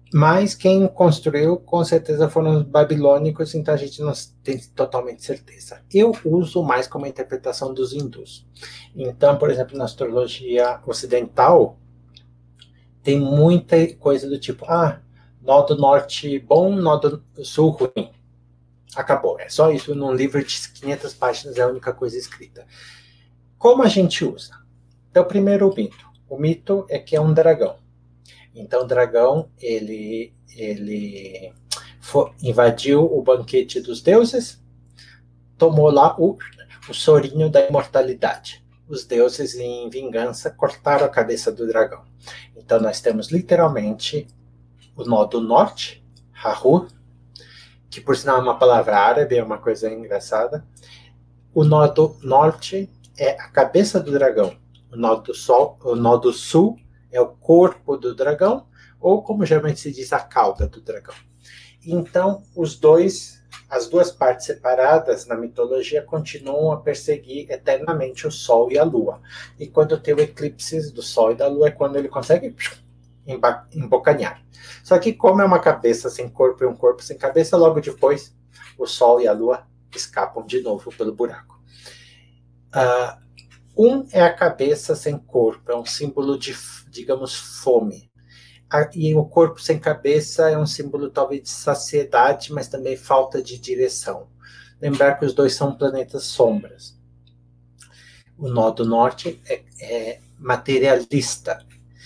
Mas quem construiu, com certeza, foram os babilônicos, então a gente não tem totalmente certeza. Eu uso mais como interpretação dos hindus. Então, por exemplo, na astrologia ocidental, tem muita coisa do tipo, ah, nó do norte bom, nó do sul ruim. Acabou, é só isso num livro de quinhentas páginas, é a única coisa escrita. Como a gente usa? Então, primeiro o mito. O mito é que é um dragão. Então, o dragão, ele, ele foi, invadiu o banquete dos deuses, tomou lá o, o sorinho da imortalidade. Os deuses, em vingança, cortaram a cabeça do dragão. Então, nós temos, literalmente, o nó do norte, Rahu, que, por sinal, é uma palavra árabe, é uma coisa engraçada. O nó do norte é a cabeça do dragão. O nó do, sol, o nó do sul é o corpo do dragão, ou como geralmente se diz, a cauda do dragão. Então, os dois, as duas partes separadas na mitologia continuam a perseguir eternamente o Sol e a Lua. E quando tem o eclipse do Sol e da Lua é quando ele consegue embocanhar. Só que como é uma cabeça sem corpo e um corpo sem cabeça, logo depois o Sol e a Lua escapam de novo pelo buraco. Uh, um é a cabeça sem corpo, é um símbolo de, digamos, fome. E o corpo sem cabeça é um símbolo talvez de saciedade, mas também falta de direção. Lembrar que os dois são planetas sombras. O nó do norte é, é materialista.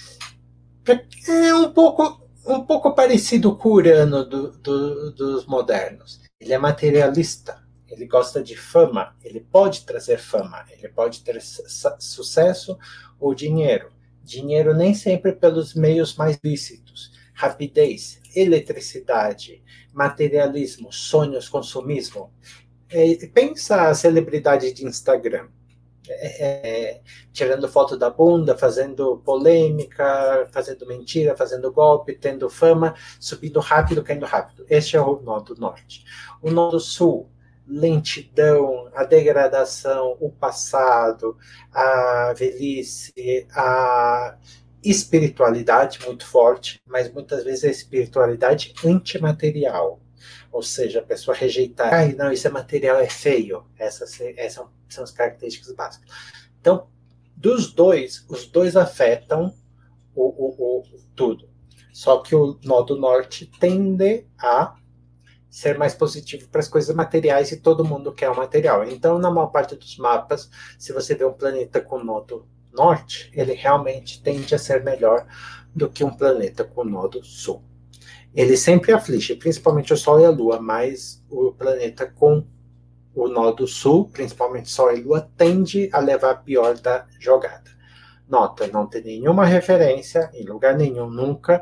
É um pouco, um pouco parecido com o Urano do, do, dos modernos. Ele é materialista. Ele gosta de fama, ele pode trazer fama, ele pode ter sucesso ou dinheiro. Dinheiro nem sempre pelos meios mais lícitos. Rapidez, eletricidade, materialismo, sonhos, consumismo. É, pensa a celebridade de Instagram. É, é, tirando foto da bunda, fazendo polêmica, fazendo mentira, fazendo golpe, tendo fama, subindo rápido, caindo rápido. Este é o nó do norte. O nó do sul, lentidão, a degradação, o passado, a velhice, a espiritualidade muito forte, mas muitas vezes a espiritualidade antimaterial. Ou seja, a pessoa rejeitar, ai, não, isso é material, é feio. Essas, essas são as características básicas. Então, dos dois, os dois afetam o, o, o, tudo. Só que o nó do norte tende a ser mais positivo para as coisas materiais e todo mundo quer o material. Então, na maior parte dos mapas, se você vê um planeta com nó do norte, ele realmente tende a ser melhor do que um planeta com nó do sul. Ele sempre aflige, principalmente o Sol e a Lua, mas o planeta com o nó do sul, principalmente Sol e Lua, tende a levar a pior da jogada. Nota, não tem nenhuma referência, em lugar nenhum, nunca,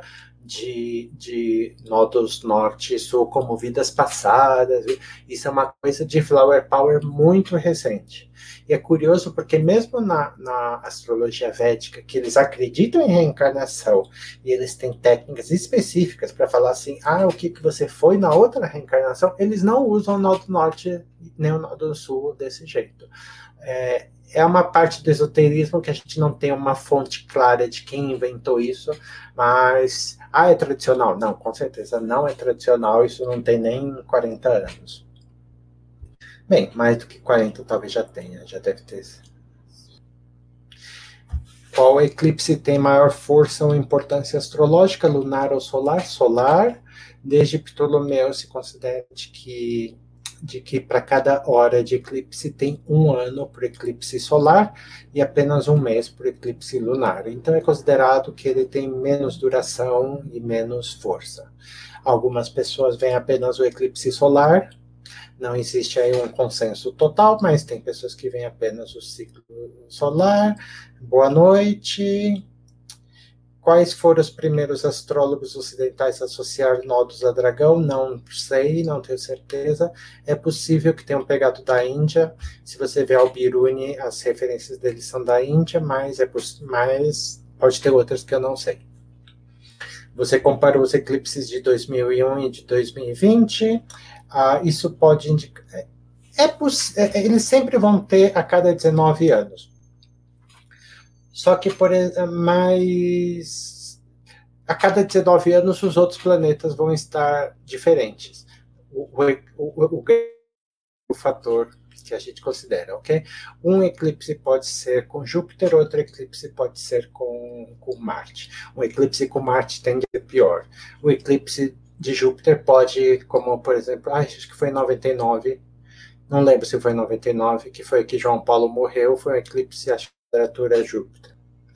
de, de nódos norte e sul como vidas passadas. Isso é uma coisa de flower power muito recente. E é curioso porque mesmo na, na astrologia védica, que eles acreditam em reencarnação, e eles têm técnicas específicas para falar assim, ah, o que, que você foi na outra reencarnação, eles não usam o nó do norte nem o nó do sul desse jeito. É, é uma parte do esoterismo que a gente não tem uma fonte clara de quem inventou isso, mas, ah, é tradicional? Não, com certeza não é tradicional, isso não tem nem quarenta anos. Bem, mais do que quarenta talvez já tenha, já deve ter. Qual eclipse tem maior força ou importância astrológica, lunar ou solar? Solar. Desde Ptolomeu se considera de que, de que para cada hora de eclipse tem um ano por eclipse solar e apenas um mês por eclipse lunar. Então é considerado que ele tem menos duração e menos força. Algumas pessoas veem apenas o eclipse solar. Não existe aí um consenso total, mas tem pessoas que veem apenas o ciclo solar. Boa noite. Quais foram os primeiros astrólogos ocidentais a associar nodos a dragão? Não sei, não tenho certeza. É possível que tenham pegado da Índia. Se você vê Al-Biruni, as referências deles são da Índia, mas, é mas pode ter outras que eu não sei. Você comparou os eclipses de dois mil e um e de dois mil e vinte. Ah, isso pode indicar... É poss... é, eles sempre vão ter a cada dezenove anos. Só que, por exemplo, mais... a cada dezenove anos os outros planetas vão estar diferentes. O, o, o, o, o fator que a gente considera, ok? Um eclipse pode ser com Júpiter, outro eclipse pode ser com, com Marte. Um eclipse com Marte tende a ser pior. O eclipse de Júpiter pode, como por exemplo, ah, acho que foi em noventa e nove, não lembro se foi em noventa e nove, que foi que João Paulo morreu, foi um eclipse, acho que a temperatura é Júpiter.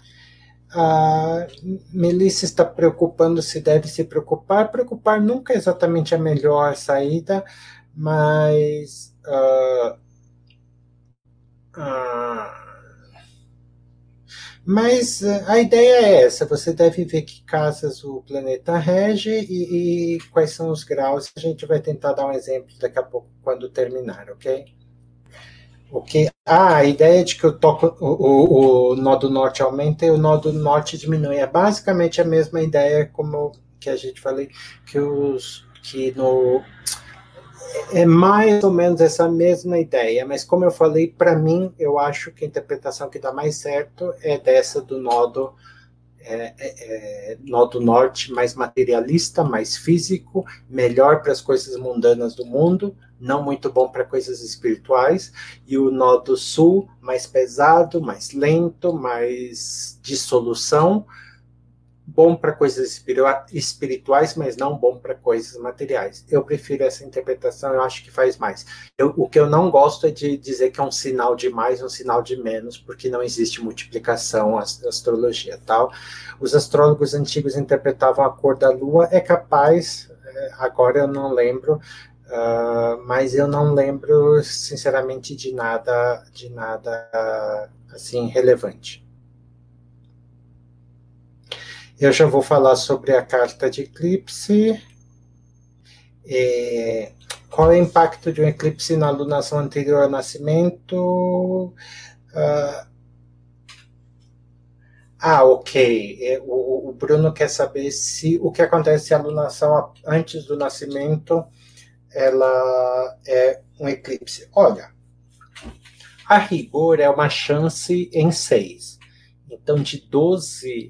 A Melissa está preocupando se deve se preocupar. Preocupar nunca é exatamente a melhor saída, mas uh, uh, mas a ideia é essa, você deve ver que casas o planeta rege e, e quais são os graus. A gente vai tentar dar um exemplo daqui a pouco quando terminar, ok? Ok. Ah, a ideia de que o, toco, o, o, o nó do norte aumenta e o nó do norte diminui. É basicamente a mesma ideia como que a gente falei, que, os, que no... É mais ou menos essa mesma ideia, mas como eu falei, para mim, eu acho que a interpretação que dá mais certo é dessa do nodo É, é, é, nó do norte mais materialista, mais físico, melhor para as coisas mundanas do mundo, não muito bom para coisas espirituais, e o nó do sul mais pesado, mais lento, mais dissolução, bom para coisas espirituais, mas não bom para coisas materiais. Eu prefiro essa interpretação, eu acho que faz mais. Eu, o que eu não gosto é de dizer que é um sinal de mais, um sinal de menos, porque não existe multiplicação, astrologia, tal. Os astrólogos antigos interpretavam a cor da lua, é capaz, agora eu não lembro, uh, mas eu não lembro, sinceramente, de nada, de nada, assim, relevante. Eu já vou falar sobre a carta de eclipse. É, qual é o impacto de um eclipse na lunação anterior ao nascimento? Uh, ah, ok. É, o, o Bruno quer saber se o que acontece se a lunação antes do nascimento ela é um eclipse. Olha, a rigor é uma chance em seis. Então, de doze...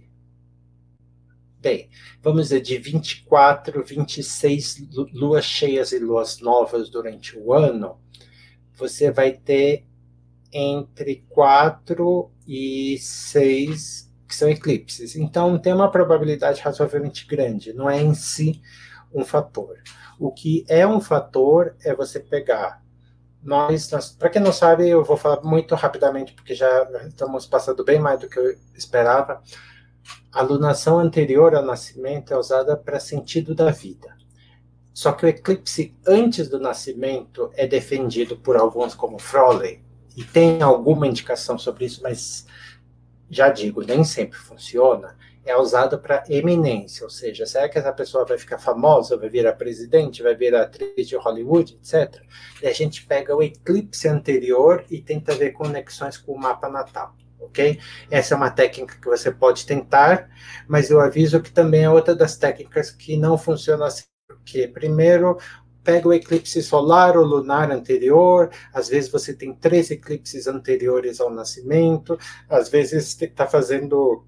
Bem, vamos dizer, de vinte e quatro, vinte e seis luas cheias e luas novas durante o ano, você vai ter entre quatro e seis que são eclipses. Então, tem uma probabilidade razoavelmente grande, não é em si um fator. O que é um fator é você pegar... Nós, nós para quem não sabe, eu vou falar muito rapidamente, porque já estamos passando bem mais do que eu esperava. A lunação anterior ao nascimento é usada para sentido da vida. Só que o eclipse antes do nascimento é defendido por alguns como Froley, e tem alguma indicação sobre isso, mas já digo, nem sempre funciona. É usado para eminência, ou seja, será que essa pessoa vai ficar famosa, vai virar presidente, vai virar atriz de Hollywood, etcétera. E a gente pega o eclipse anterior e tenta ver conexões com o mapa natal. Ok? Essa é uma técnica que você pode tentar, mas eu aviso que também é outra das técnicas que não funciona assim, porque primeiro pega o eclipse solar ou lunar anterior, às vezes você tem três eclipses anteriores ao nascimento, às vezes está fazendo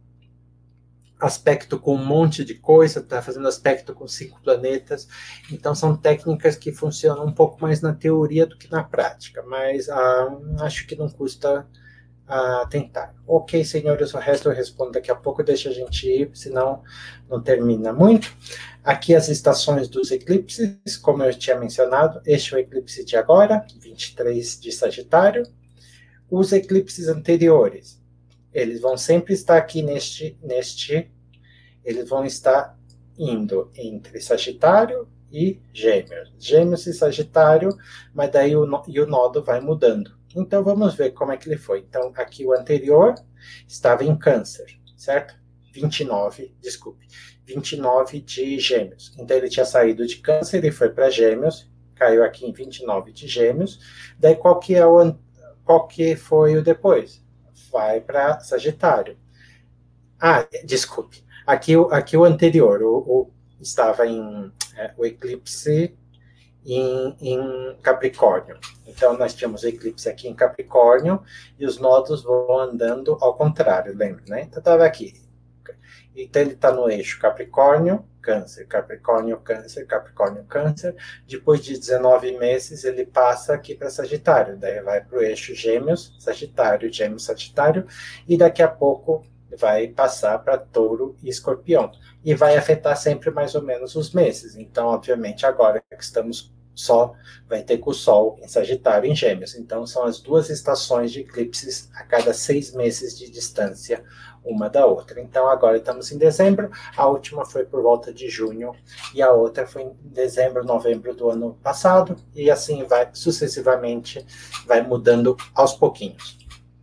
aspecto com um monte de coisa, está fazendo aspecto com cinco planetas, então são técnicas que funcionam um pouco mais na teoria do que na prática, mas ah, acho que não custa a tentar. Ok, senhores, o resto eu respondo daqui a pouco, deixa a gente ir, senão não termina muito. Aqui as estações dos eclipses, como eu tinha mencionado, este é o eclipse de agora, vinte e três de Sagitário. Os eclipses anteriores, eles vão sempre estar aqui neste, neste, eles vão estar indo entre Sagitário e Gêmeos. Gêmeos e Sagitário, mas daí o, e o nodo vai mudando. Então, vamos ver como é que ele foi. Então, aqui o anterior estava em Câncer, certo? vinte e nove, desculpe, vinte e nove de Gêmeos. Então, ele tinha saído de Câncer e foi para Gêmeos, caiu aqui em vinte e nove de Gêmeos. Daí, qual que, é o, qual que foi o depois? Vai para Sagitário. Ah, desculpe. Aqui, aqui o anterior, o, o, estava em é, o eclipse... Em, em Capricórnio. Então, nós tínhamos o eclipse aqui em Capricórnio e os nodos vão andando ao contrário, lembra, né? Então, estava aqui. Então ele está no eixo Capricórnio, Câncer, Capricórnio, Câncer, Capricórnio, Câncer. Depois de dezenove meses, ele passa aqui para Sagitário. Daí vai para o eixo Gêmeos, Sagitário, Gêmeos, Sagitário. E daqui a pouco vai passar para Touro e Escorpião. E vai afetar sempre mais ou menos os meses. Então, obviamente, agora que estamos só, vai ter com o Sol em Sagitário e em Gêmeos. Então, são as duas estações de eclipses a cada seis meses de distância uma da outra. Então, agora estamos em dezembro, a última foi por volta de junho, e a outra foi em dezembro, novembro do ano passado, e assim vai sucessivamente, vai mudando aos pouquinhos.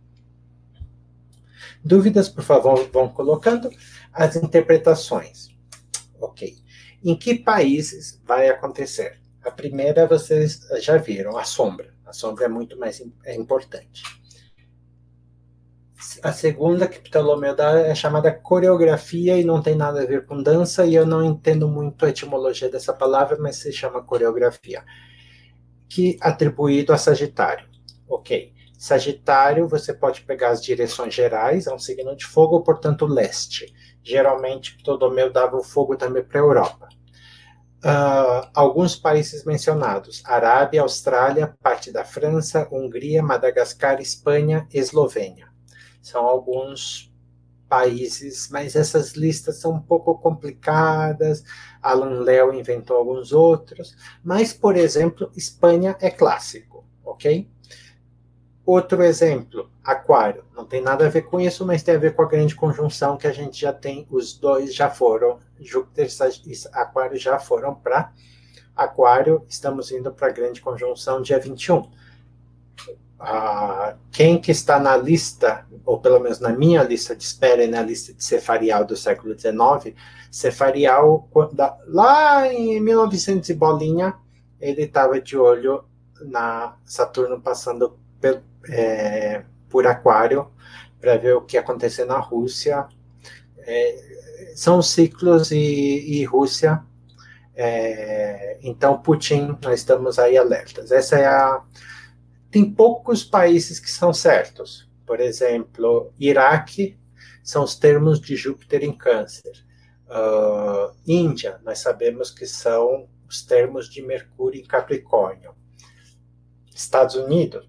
Dúvidas, por favor, vão colocando as interpretações. Ok. Em que países vai acontecer? A primeira vocês já viram, a sombra. A sombra é muito mais é importante. A segunda que Ptolomeu dá é chamada coreografia e não tem nada a ver com dança, e eu não entendo muito a etimologia dessa palavra, mas se chama coreografia, que é atribuído a Sagitário. Ok. Sagitário, você pode pegar as direções gerais, é um signo de fogo, portanto leste. Geralmente Ptolomeu dava o fogo também para a Europa. Uh, alguns países mencionados: Arábia, Austrália, parte da França, Hungria, Madagascar, Espanha, Eslovênia. São alguns países, mas essas listas são um pouco complicadas. Alan Léo inventou alguns outros, mas, por exemplo, Espanha é clássico, ok? Outro exemplo, Aquário. Não tem nada a ver com isso, mas tem a ver com a grande conjunção que a gente já tem. Os dois já foram, Júpiter e Aquário já foram para Aquário. Estamos indo para a grande conjunção dia vinte e um. Ah, quem que está na lista, ou pelo menos na minha lista de espera e na lista de Cefarial do século dezenove, Cefarial, lá em mil e novecentos e bolinha, ele estava de olho na Saturno passando por, é, por Aquário, para ver o que ia acontecer na Rússia. É, são ciclos e, e Rússia, é, então Putin, nós estamos aí alertas. Essa é a... Tem poucos países que são certos. Por exemplo, Iraque são os termos de Júpiter em Câncer. Uh, Índia, nós sabemos que são os termos de Mercúrio em Capricórnio. Estados Unidos,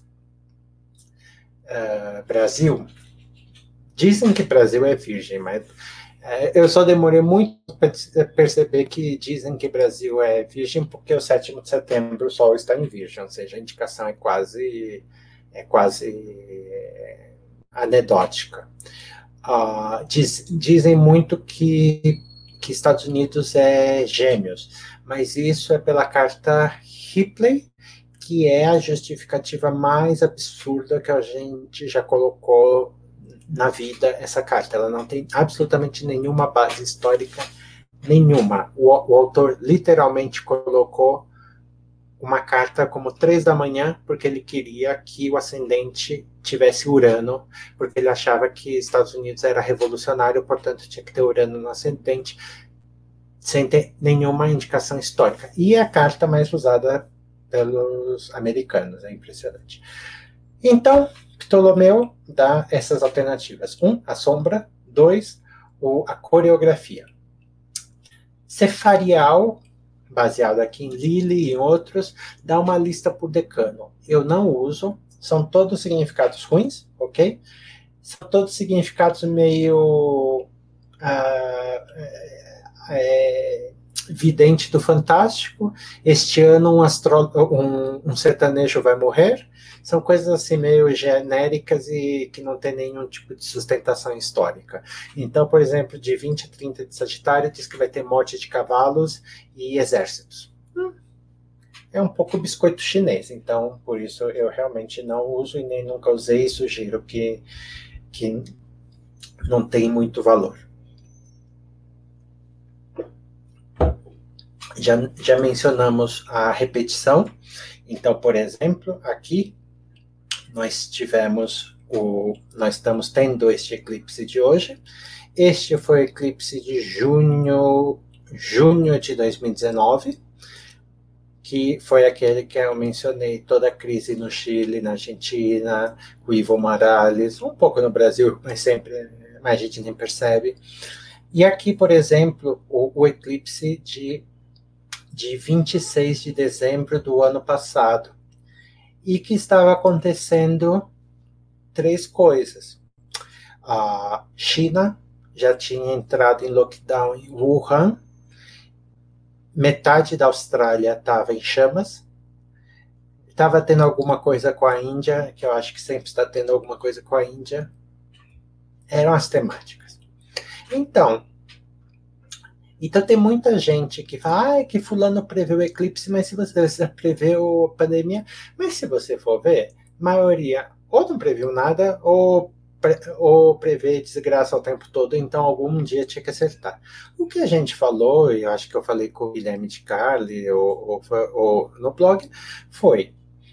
uh, Brasil, dizem que Brasil é virgem, mas uh, eu só demorei muito para perceber que dizem que Brasil é virgem porque o sétimo de setembro o Sol está em virgem, ou seja, a indicação é quase, é quase é, anedótica. Uh, diz, dizem muito que, que Estados Unidos é gêmeos, mas isso é pela carta Ripley, que é a justificativa mais absurda que a gente já colocou na vida, essa carta. Ela não tem absolutamente nenhuma base histórica, nenhuma. O, o autor literalmente colocou uma carta como três da manhã, porque ele queria que o ascendente tivesse Urano, porque ele achava que Estados Unidos era revolucionário, portanto tinha que ter Urano no ascendente, sem ter nenhuma indicação histórica. E é a carta mais usada pelos americanos, é impressionante. Então, Ptolomeu dá essas alternativas. Um, a sombra. Dois, o, a coreografia. Cefarial, baseado aqui em Lilly e em outros, dá uma lista por decano. Eu não uso, são todos significados ruins, ok? São todos significados meio... Uh, é, vidente do Fantástico. Este ano um, astro... um, um sertanejo vai morrer. São coisas assim meio genéricas e que não tem nenhum tipo de sustentação histórica. Então, por exemplo, de vinte a trinta de Sagitário diz que vai ter morte de cavalos e exércitos. Hum. É um pouco biscoito chinês, então por isso eu realmente não uso e nem nunca usei e sugiro que, que não tem muito valor. Já, já mencionamos a repetição. Então, por exemplo, aqui nós tivemos o, nós estamos tendo este eclipse de hoje. Este foi o eclipse de junho, junho de dois mil e dezenove, que foi aquele que eu mencionei, toda a crise no Chile, na Argentina, o Evo Morales, um pouco no Brasil, mas sempre, mas a gente nem percebe. E aqui, por exemplo, o, o eclipse de, de vinte e seis de dezembro do ano passado, e que estava acontecendo três coisas. A China já tinha entrado em lockdown em Wuhan, metade da Austrália estava em chamas, estava tendo alguma coisa com a Índia, que eu acho que sempre está tendo alguma coisa com a Índia. Eram as temáticas. Então, então tem muita gente que fala, ah, que fulano prevê o eclipse, mas se você prevê a pandemia, mas se você for ver, a maioria ou não previu nada, ou, ou prevê desgraça o tempo todo, então algum dia tinha que acertar. O que a gente falou, e eu acho que eu falei com o Guilherme de Carli, ou, ou, ou no blog, foi: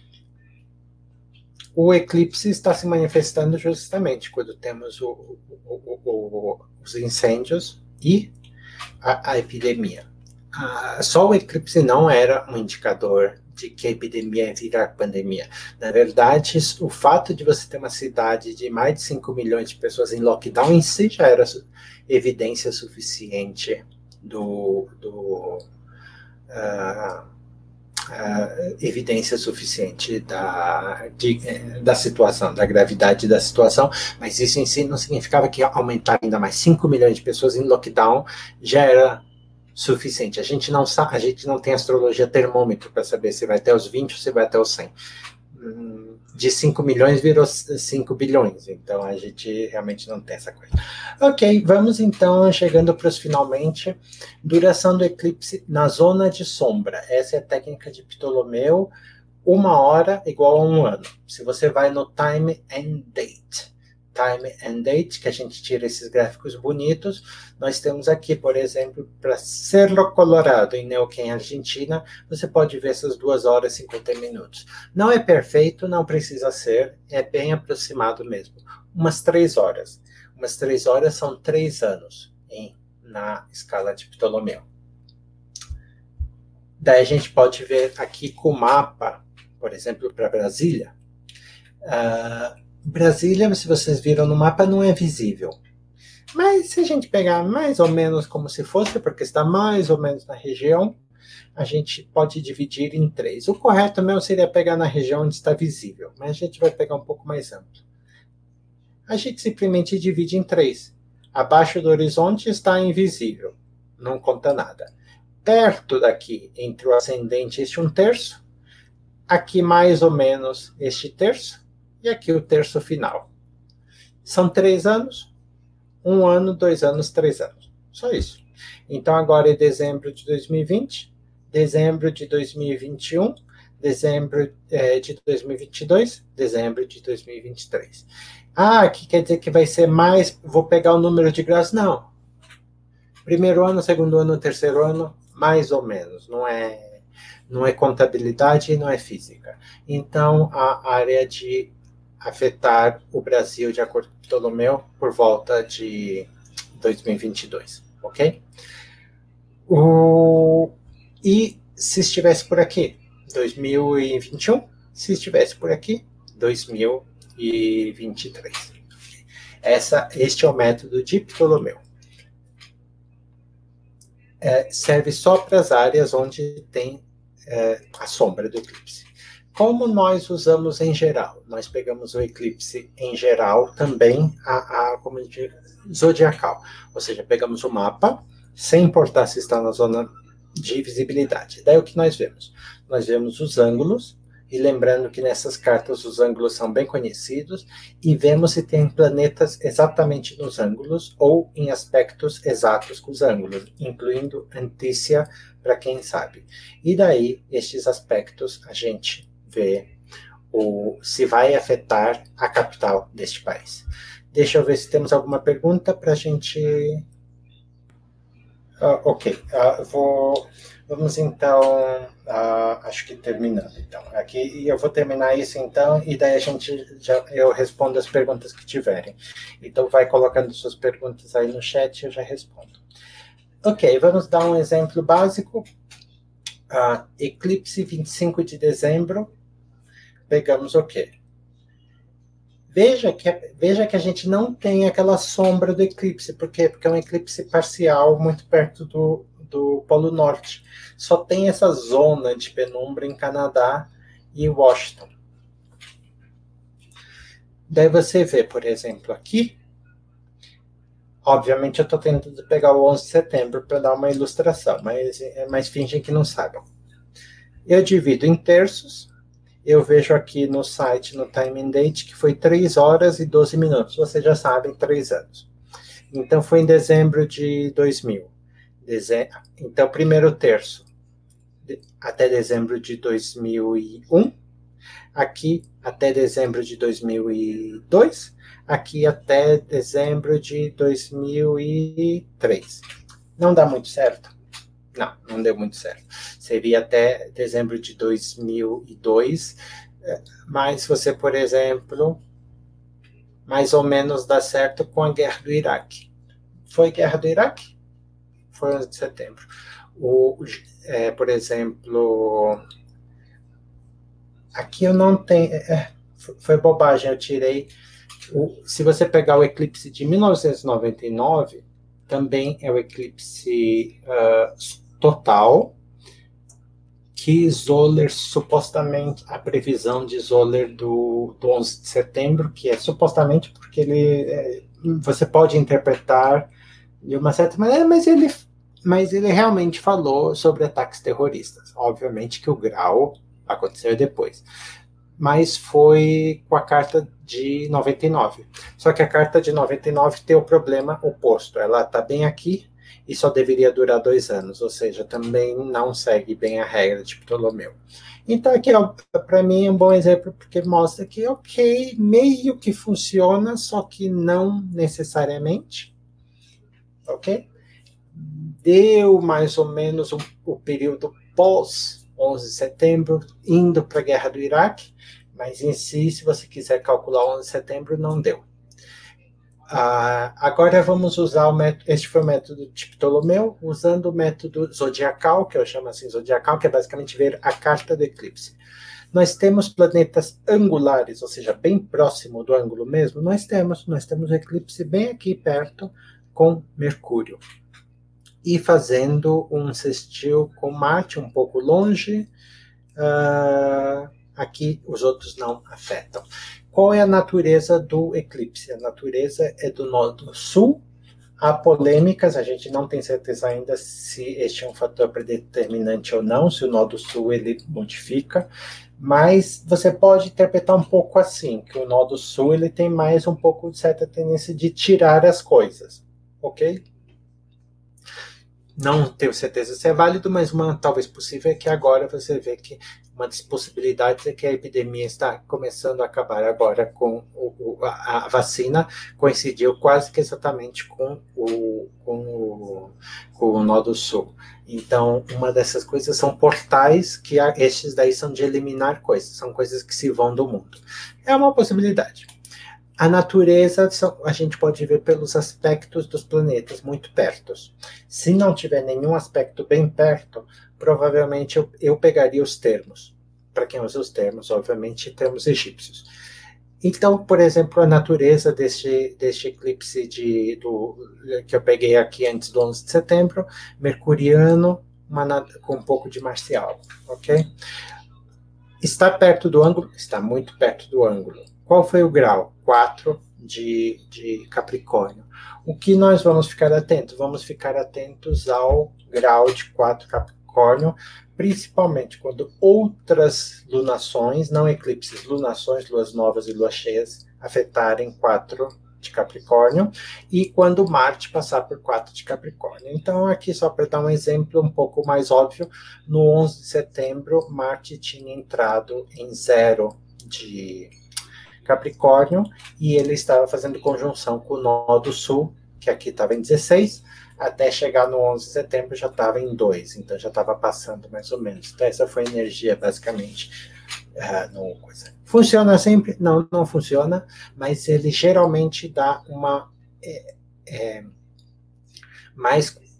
o eclipse está se manifestando justamente quando temos o, o, o, os incêndios e a, a epidemia. Ah, só o eclipse não era um indicador de que a epidemia ia virar pandemia. Na verdade, o fato de você ter uma cidade de mais de cinco milhões de pessoas em lockdown em si já era evidência suficiente do... do uh, Uh, evidência suficiente da, de, da situação, da gravidade da situação, mas isso em si não significava que aumentar ainda mais cinco milhões de pessoas em lockdown já era suficiente. A gente não sabe, a gente não tem astrologia termômetro para saber se vai até os vinte ou se vai até os cem. De cinco milhões virou cinco bilhões, então a gente realmente não tem essa coisa. Ok, vamos então chegando para os finalmente. Duração do eclipse na zona de sombra. Essa é a técnica de Ptolomeu. Uma hora igual a um ano. Se você vai no time and date, time and date, que a gente tira esses gráficos bonitos, nós temos aqui, por exemplo, para Cerro Colorado, em Neuquén, Argentina, você pode ver essas duas horas e cinquenta minutos. Não é perfeito, não precisa ser, é bem aproximado mesmo. Umas três horas. Umas três horas são três anos em, na escala de Ptolomeu. Daí a gente pode ver aqui com o mapa, por exemplo, para Brasília. Uh, Brasília, se vocês viram no mapa, não é visível. Mas se a gente pegar mais ou menos como se fosse, porque está mais ou menos na região, a gente pode dividir em três. O correto mesmo seria pegar na região onde está visível, mas a gente vai pegar um pouco mais amplo. A gente simplesmente divide em três. Abaixo do horizonte está invisível, não conta nada. Perto daqui, entre o ascendente, este um terço. Aqui mais ou menos este terço. E aqui o terço final. São três anos. Um ano, dois anos, três anos. Só isso. Então agora é dezembro de dois mil e vinte, dezembro de dois mil e vinte e um, dezembro é, de dois mil e vinte e dois, dezembro de dois mil e vinte e três. Ah, que quer dizer que vai ser mais, vou pegar o número de graus? Não. Primeiro ano, segundo ano, terceiro ano, mais ou menos. Não é, não é contabilidade e não é física. Então a área de afetar o Brasil, de acordo com Ptolomeu, por volta de dois mil e vinte e dois, ok? O... E se estivesse por aqui, dois mil e vinte e um, se estivesse por aqui, dois mil e vinte e três. Essa, este é o método de Ptolomeu. É, serve só para as áreas onde tem é, a sombra do eclipse. Como nós usamos em geral? Nós pegamos o eclipse em geral também, a, a como diz, zodiacal. Ou seja, pegamos o mapa, sem importar se está na zona de visibilidade. Daí o que nós vemos? Nós vemos os ângulos, e lembrando que nessas cartas os ângulos são bem conhecidos, e vemos se tem planetas exatamente nos ângulos, ou em aspectos exatos com os ângulos, incluindo Antícia, para quem sabe. E daí, estes aspectos, a gente ver o, se vai afetar a capital deste país. Deixa eu ver se temos alguma pergunta para a gente... Uh, ok, uh, vou, vamos então, uh, acho que terminando então, aqui, e eu vou terminar isso então, e daí a gente, já, eu respondo as perguntas que tiverem. Então vai colocando suas perguntas aí no chat e eu já respondo. Ok, vamos dar um exemplo básico. Uh, eclipse vinte e cinco de dezembro. Pegamos o quê? Veja que, veja que a gente não tem aquela sombra do eclipse. Por quê? Porque é um eclipse parcial muito perto do, do Polo Norte. Só tem essa zona de penumbra em Canadá e Washington. Daí você vê, por exemplo, aqui. Obviamente eu estou tentando pegar o onze de setembro para dar uma ilustração, mas, mas fingem que não saibam. Eu divido em terços. Eu vejo aqui no site, no time and date, que foi três horas e doze minutos. Vocês já sabem, três anos. Então, foi em dezembro de dois mil. Deze... Então, primeiro terço, até dezembro de dois mil e um. Aqui, até dezembro de dois mil e dois. Aqui, até dezembro de dois mil e três. Não dá muito certo? Não, não deu muito certo. Seria até dezembro de dois mil e dois, mas você, por exemplo, mais ou menos dá certo com a guerra do Iraque. Foi guerra do Iraque? Foi onze de setembro. O, é, por exemplo, aqui eu não tenho... É, foi bobagem, eu tirei... O, se você pegar o eclipse de mil novecentos e noventa e nove, também é o eclipse... Uh, total, que Zoller, supostamente, a previsão de Zoller do, do onze de setembro, que é supostamente porque ele, é, você pode interpretar de uma certa maneira, mas ele, mas ele realmente falou sobre ataques terroristas. Obviamente que o grau aconteceu depois. Mas foi com a carta de noventa e nove. Só que a carta de noventa e nove tem o problema oposto. Ela está bem aqui, e só deveria durar dois anos, ou seja, também não segue bem a regra de Ptolomeu. Então, aqui, para mim, é um bom exemplo, porque mostra que, ok, meio que funciona, só que não necessariamente, ok? Deu mais ou menos o, o período pós onze de setembro, indo para a guerra do Iraque, mas em si, se você quiser calcular onze de setembro, não deu. Ah, agora vamos usar o método, este foi o método de Ptolomeu, usando o método zodiacal, que eu chamo assim zodiacal, que é basicamente ver a carta do eclipse. Nós temos planetas angulares, ou seja, bem próximo do ângulo mesmo, nós temos, nós temos o eclipse bem aqui perto com Mercúrio. E fazendo um sextil com Marte um pouco longe, uh, aqui os outros não afetam. Qual é a natureza do eclipse? A natureza é do nodo sul. Há polêmicas, a gente não tem certeza ainda se este é um fator predeterminante ou não, se o nodo sul ele modifica, mas você pode interpretar um pouco assim, que o nodo sul ele tem mais um pouco de certa tendência de tirar as coisas, ok? Não tenho certeza se é válido, mas uma talvez possível é que agora você vê que uma das possibilidades é que a epidemia está começando a acabar agora com o, a, a vacina, coincidiu quase que exatamente com o, com o, com o Nodo Sul. Então, uma dessas coisas são portais, que estes daí são de eliminar coisas, são coisas que se vão do mundo. É uma possibilidade. A natureza a gente pode ver pelos aspectos dos planetas muito perto. Se não tiver nenhum aspecto bem perto, provavelmente eu, eu pegaria os termos. Para quem usa os termos, obviamente, termos egípcios. Então, por exemplo, a natureza deste, deste eclipse de, do, que eu peguei aqui antes do onze de setembro, mercuriano, uma, com um pouco de marcial, ok? Está perto do ângulo? Está muito perto do ângulo. Qual foi o grau? quatro de, de Capricórnio. O que nós vamos ficar atentos? Vamos ficar atentos ao grau de quatro Capricórnio, principalmente quando outras lunações, não eclipses, lunações, luas novas e luas cheias, afetarem quatro de Capricórnio, e quando Marte passar por quatro de Capricórnio. Então, aqui só para dar um exemplo um pouco mais óbvio, no onze de setembro, Marte tinha entrado em zero de Capricórnio, e ele estava fazendo conjunção com o Nodo Sul, que aqui estava em dezesseis, até chegar no onze de setembro já estava em dois, então já estava passando mais ou menos. Então essa foi a energia, basicamente. Uh, no coisa. Funciona sempre? Não, não funciona, mas ele geralmente dá uma... É, é, mais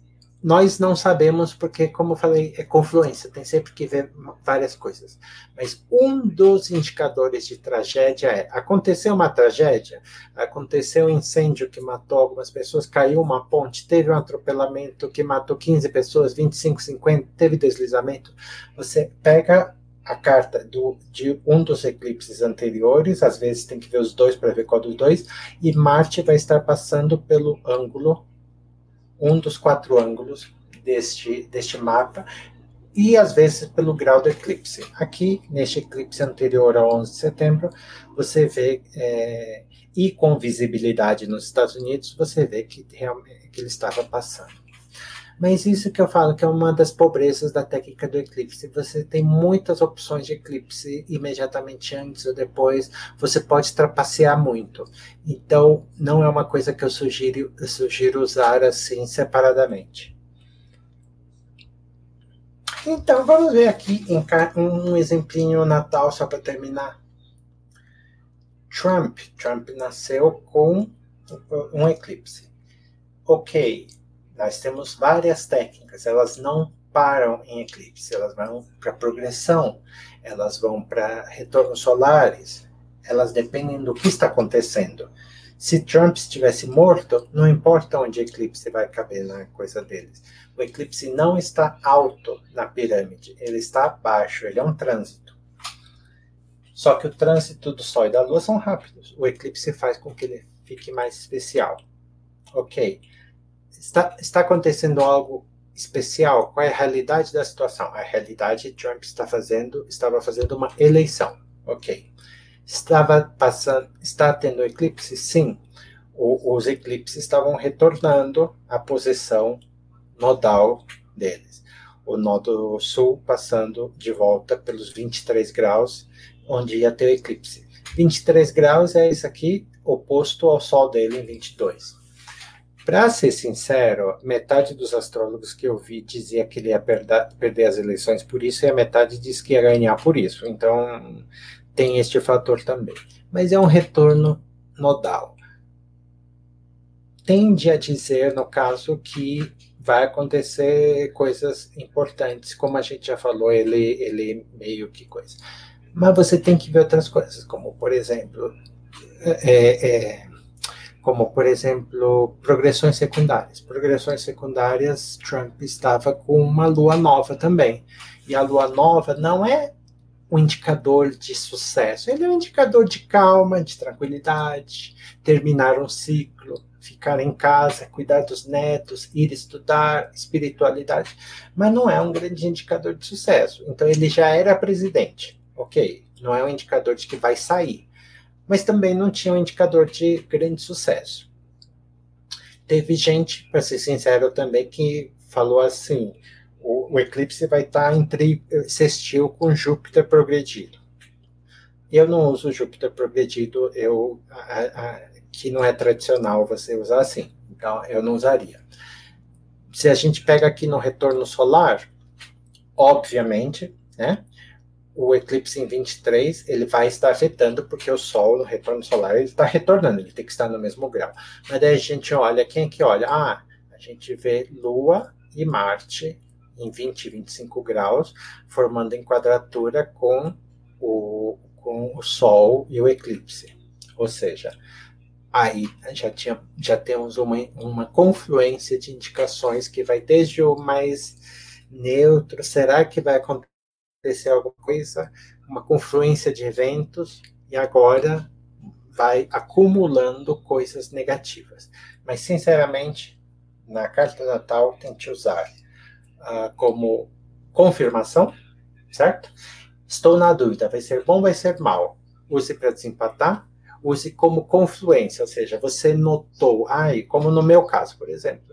nós não sabemos porque, como eu falei, é confluência, tem sempre que ver várias coisas. Mas um dos indicadores de tragédia é, aconteceu uma tragédia, aconteceu um incêndio que matou algumas pessoas, caiu uma ponte, teve um atropelamento que matou quinze pessoas, vinte e cinco, cinquenta, teve deslizamento, você pega a carta do, de um dos eclipses anteriores, às vezes tem que ver os dois para ver qual dos dois, e Marte vai estar passando pelo ângulo, um dos quatro ângulos deste, deste mapa, e às vezes pelo grau do eclipse. Aqui, neste eclipse anterior ao onze de setembro, você vê, é, e com visibilidade nos Estados Unidos, você vê que realmente que ele estava passando. Mas isso que eu falo que é uma das pobrezas da técnica do eclipse. Você tem muitas opções de eclipse imediatamente antes ou depois. Você pode trapacear muito. Então, não é uma coisa que eu sugiro, eu sugiro usar assim separadamente. Então, vamos ver aqui um exemplinho natal só para terminar. Trump. Trump nasceu com um eclipse. Ok. Nós temos várias técnicas, elas não param em eclipse, elas vão para progressão, elas vão para retornos solares, elas dependem do que está acontecendo. Se Trump estivesse morto, não importa onde o eclipse vai caber na coisa deles. O eclipse não está alto na pirâmide, ele está abaixo, ele é um trânsito. Só que o trânsito do Sol e da Lua são rápidos, o eclipse faz com que ele fique mais especial. Ok. Está, está acontecendo algo especial? Qual é a realidade da situação? A realidade, Trump está fazendo, estava fazendo uma eleição. Ok. Estava passando, está tendo eclipse? Sim. O, os eclipses estavam retornando à posição nodal deles. O nodo sul passando de volta pelos vinte e três graus, onde ia ter o eclipse. vinte e três graus é isso aqui, oposto ao Sol dele em vinte e dois. Para ser sincero, metade dos astrólogos que eu vi dizia que ele ia perder, perder as eleições por isso, e a metade diz que ia ganhar por isso. Então, tem este fator também. Mas é um retorno nodal. Tende a dizer, no caso, que vai acontecer coisas importantes, como a gente já falou, ele, ele meio que coisa. Mas você tem que ver outras coisas, como, por exemplo... É, é, como, por exemplo, progressões secundárias. Progressões secundárias, Trump estava com uma lua nova também. E a lua nova não é um indicador de sucesso, ele é um indicador de calma, de tranquilidade, terminar um ciclo, ficar em casa, cuidar dos netos, ir estudar, espiritualidade, mas não é um grande indicador de sucesso. Então ele já era presidente, ok, não é um indicador de que vai sair. Mas também não tinha um indicador de grande sucesso. Teve gente, para ser sincero também, que falou assim, o, o eclipse vai estar em sextil com Júpiter progredido. Eu não uso Júpiter progredido, eu, a, a, que não é tradicional você usar assim, então eu não usaria. Se a gente pega aqui no retorno solar, obviamente, né? O eclipse em vinte e três, ele vai estar afetando, porque o Sol, no retorno solar, ele está retornando, ele tem que estar no mesmo grau. Mas daí a gente olha, quem é que olha? Ah, a gente vê Lua e Marte em vinte, vinte e cinco graus, formando em quadratura com o, com o Sol e o eclipse. Ou seja, aí já, tinha, já temos uma, uma confluência de indicações que vai desde o mais neutro, será que vai acontecer acontecer alguma coisa, uma confluência de eventos, e agora vai acumulando coisas negativas. Mas, sinceramente, na carta natal, tente usar uh, como confirmação, certo? Estou na dúvida, vai ser bom ou vai ser mal? Use para desempatar, use como confluência, ou seja, você notou, ai, como no meu caso, por exemplo,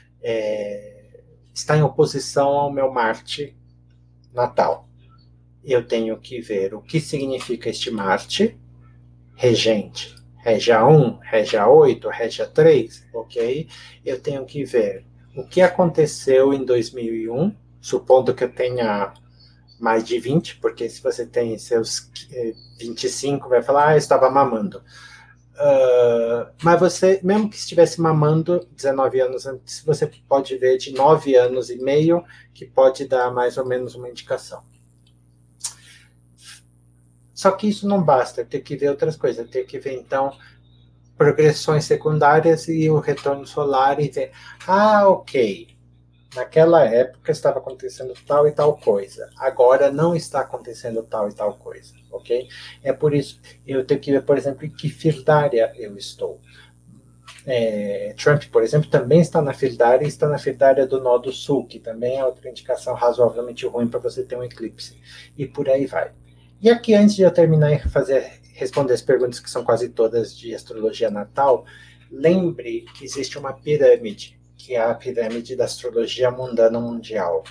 é, está em oposição ao meu Marte natal. Eu tenho que ver o que significa este Marte, regente, régia um, régia oito, régia três, ok? Eu tenho que ver o que aconteceu em dois mil e um, supondo que eu tenha mais de vinte, porque se você tem seus vinte e cinco, vai falar, ah, eu estava mamando. Uh, mas você, mesmo que estivesse mamando dezenove anos antes, você pode ver de nove anos e meio, que pode dar mais ou menos uma indicação. Só que isso não basta, tem que ver outras coisas, tem que ver, então, progressões secundárias e o retorno solar e ver, ah, ok, naquela época estava acontecendo tal e tal coisa, agora não está acontecendo tal e tal coisa, ok? É por isso, eu tenho que ver, por exemplo, em que fila área eu estou. É, Trump, por exemplo, também está na fila área e está na fila área do Nó do Sul, que também é outra indicação razoavelmente ruim para você ter um eclipse, e por aí vai. E aqui, antes de eu terminar e fazer, responder as perguntas que são quase todas de astrologia natal, lembre que existe uma pirâmide, que é a pirâmide da astrologia mundana mundial.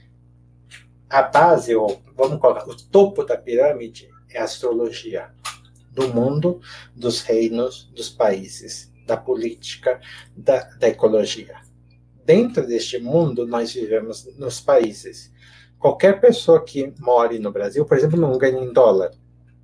A base, ou vamos colocar, o topo da pirâmide é a astrologia do mundo, dos reinos, dos países, da política, da, da ecologia. Dentro deste mundo, nós vivemos nos países. Qualquer pessoa que more no Brasil, por exemplo, não ganha em dólar.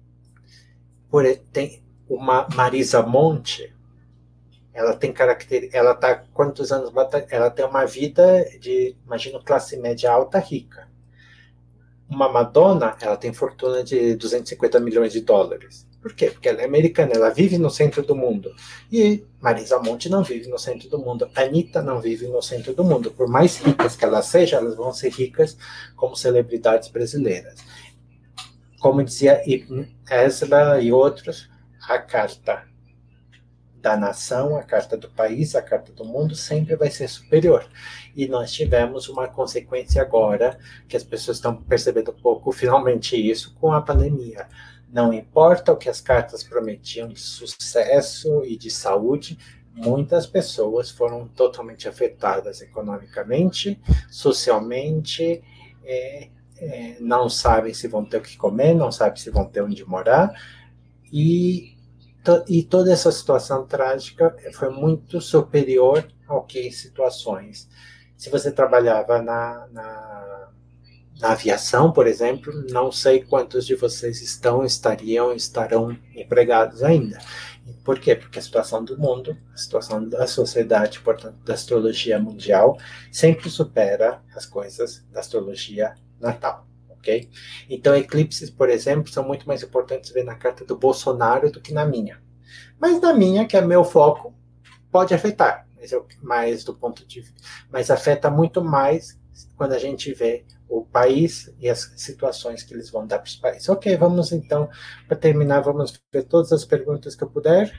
Por, tem uma Marisa Monte, ela tem caracter, ela está quantos anos? Ela tem uma vida de, imagino, classe média alta rica. Uma Madonna, ela tem fortuna de duzentos e cinquenta milhões de dólares. Por quê? Porque ela é americana, ela vive no centro do mundo. E Marisa Monte não vive no centro do mundo. Anitta não vive no centro do mundo. Por mais ricas que elas sejam, elas vão ser ricas como celebridades brasileiras. Como dizia Ibn Ezra e outros, a carta da nação, a carta do país, a carta do mundo sempre vai ser superior. E nós tivemos uma consequência agora, que as pessoas estão percebendo um pouco, finalmente isso, com a pandemia. Não importa o que as cartas prometiam de sucesso e de saúde, muitas pessoas foram totalmente afetadas economicamente, socialmente, é, é, não sabem se vão ter o que comer, não sabem se vão ter onde morar, e, to, e toda essa situação trágica foi muito superior ao que situações. Se você trabalhava na... na Na aviação, por exemplo, não sei quantos de vocês estão, estariam, estarão empregados ainda. Por quê? Porque a situação do mundo, a situação da sociedade, portanto, da astrologia mundial, sempre supera as coisas da astrologia natal, ok? Então, eclipses, por exemplo, são muito mais importantes ver na carta do Bolsonaro do que na minha. Mas na minha, que é meu foco, pode afetar, mas, eu, mas do ponto de vista, mas afeta muito mais quando a gente vê o país e as situações que eles vão dar para os países. Ok, vamos então, para terminar, vamos ver todas as perguntas que eu puder.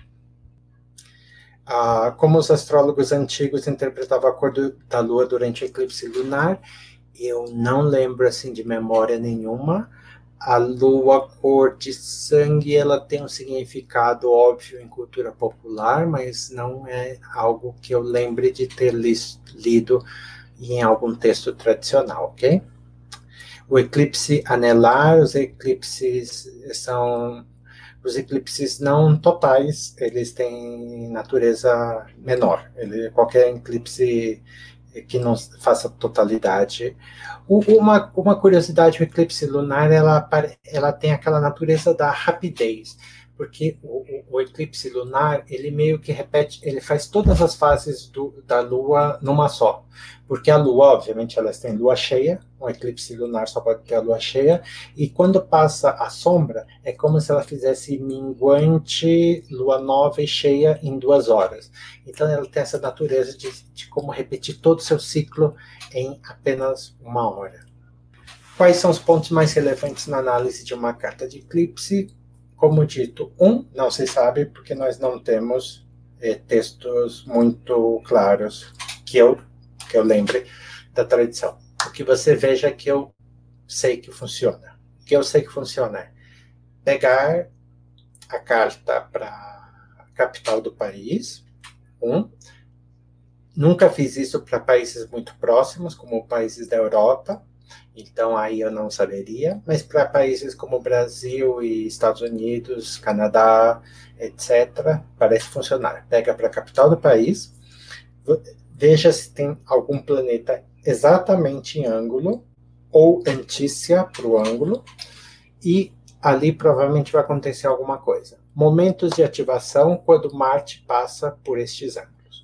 Ah, como os astrólogos antigos interpretavam a cor do, da lua durante o eclipse lunar? Eu não lembro assim de memória nenhuma. A lua cor de sangue, ela tem um significado óbvio em cultura popular, mas não é algo que eu lembre de ter li, lido em algum texto tradicional, ok? O eclipse anelar, os eclipses são os eclipses não totais, eles têm natureza menor. Ele, qualquer eclipse que não faça totalidade. Uma, uma curiosidade, o eclipse lunar, ela, ela tem aquela natureza da rapidez, porque o, o, o eclipse lunar, ele meio que repete, ele faz todas as fases do, da Lua numa só. Porque a Lua, obviamente, elas têm Lua cheia, um eclipse lunar só pode ter a Lua cheia, e quando passa a sombra, é como se ela fizesse minguante, Lua nova e cheia em duas horas. Então ela tem essa natureza de, de como repetir todo o seu ciclo em apenas uma hora. Quais são os pontos mais relevantes na análise de uma carta de eclipse? Como dito, um, não se sabe, porque nós não temos eh, textos muito claros que eu, que eu lembre da tradição. O que você veja que eu sei que funciona. O que eu sei que funciona é pegar a carta para a capital do país, um. Nunca fiz isso para países muito próximos, como países da Europa, então aí eu não saberia, mas para países como Brasil e Estados Unidos, Canadá, etcétera, parece funcionar. Pega para a capital do país, veja se tem algum planeta exatamente em ângulo, ou antícia para o ângulo, e ali provavelmente vai acontecer alguma coisa. momentos de ativação quando Marte passa por estes ângulos.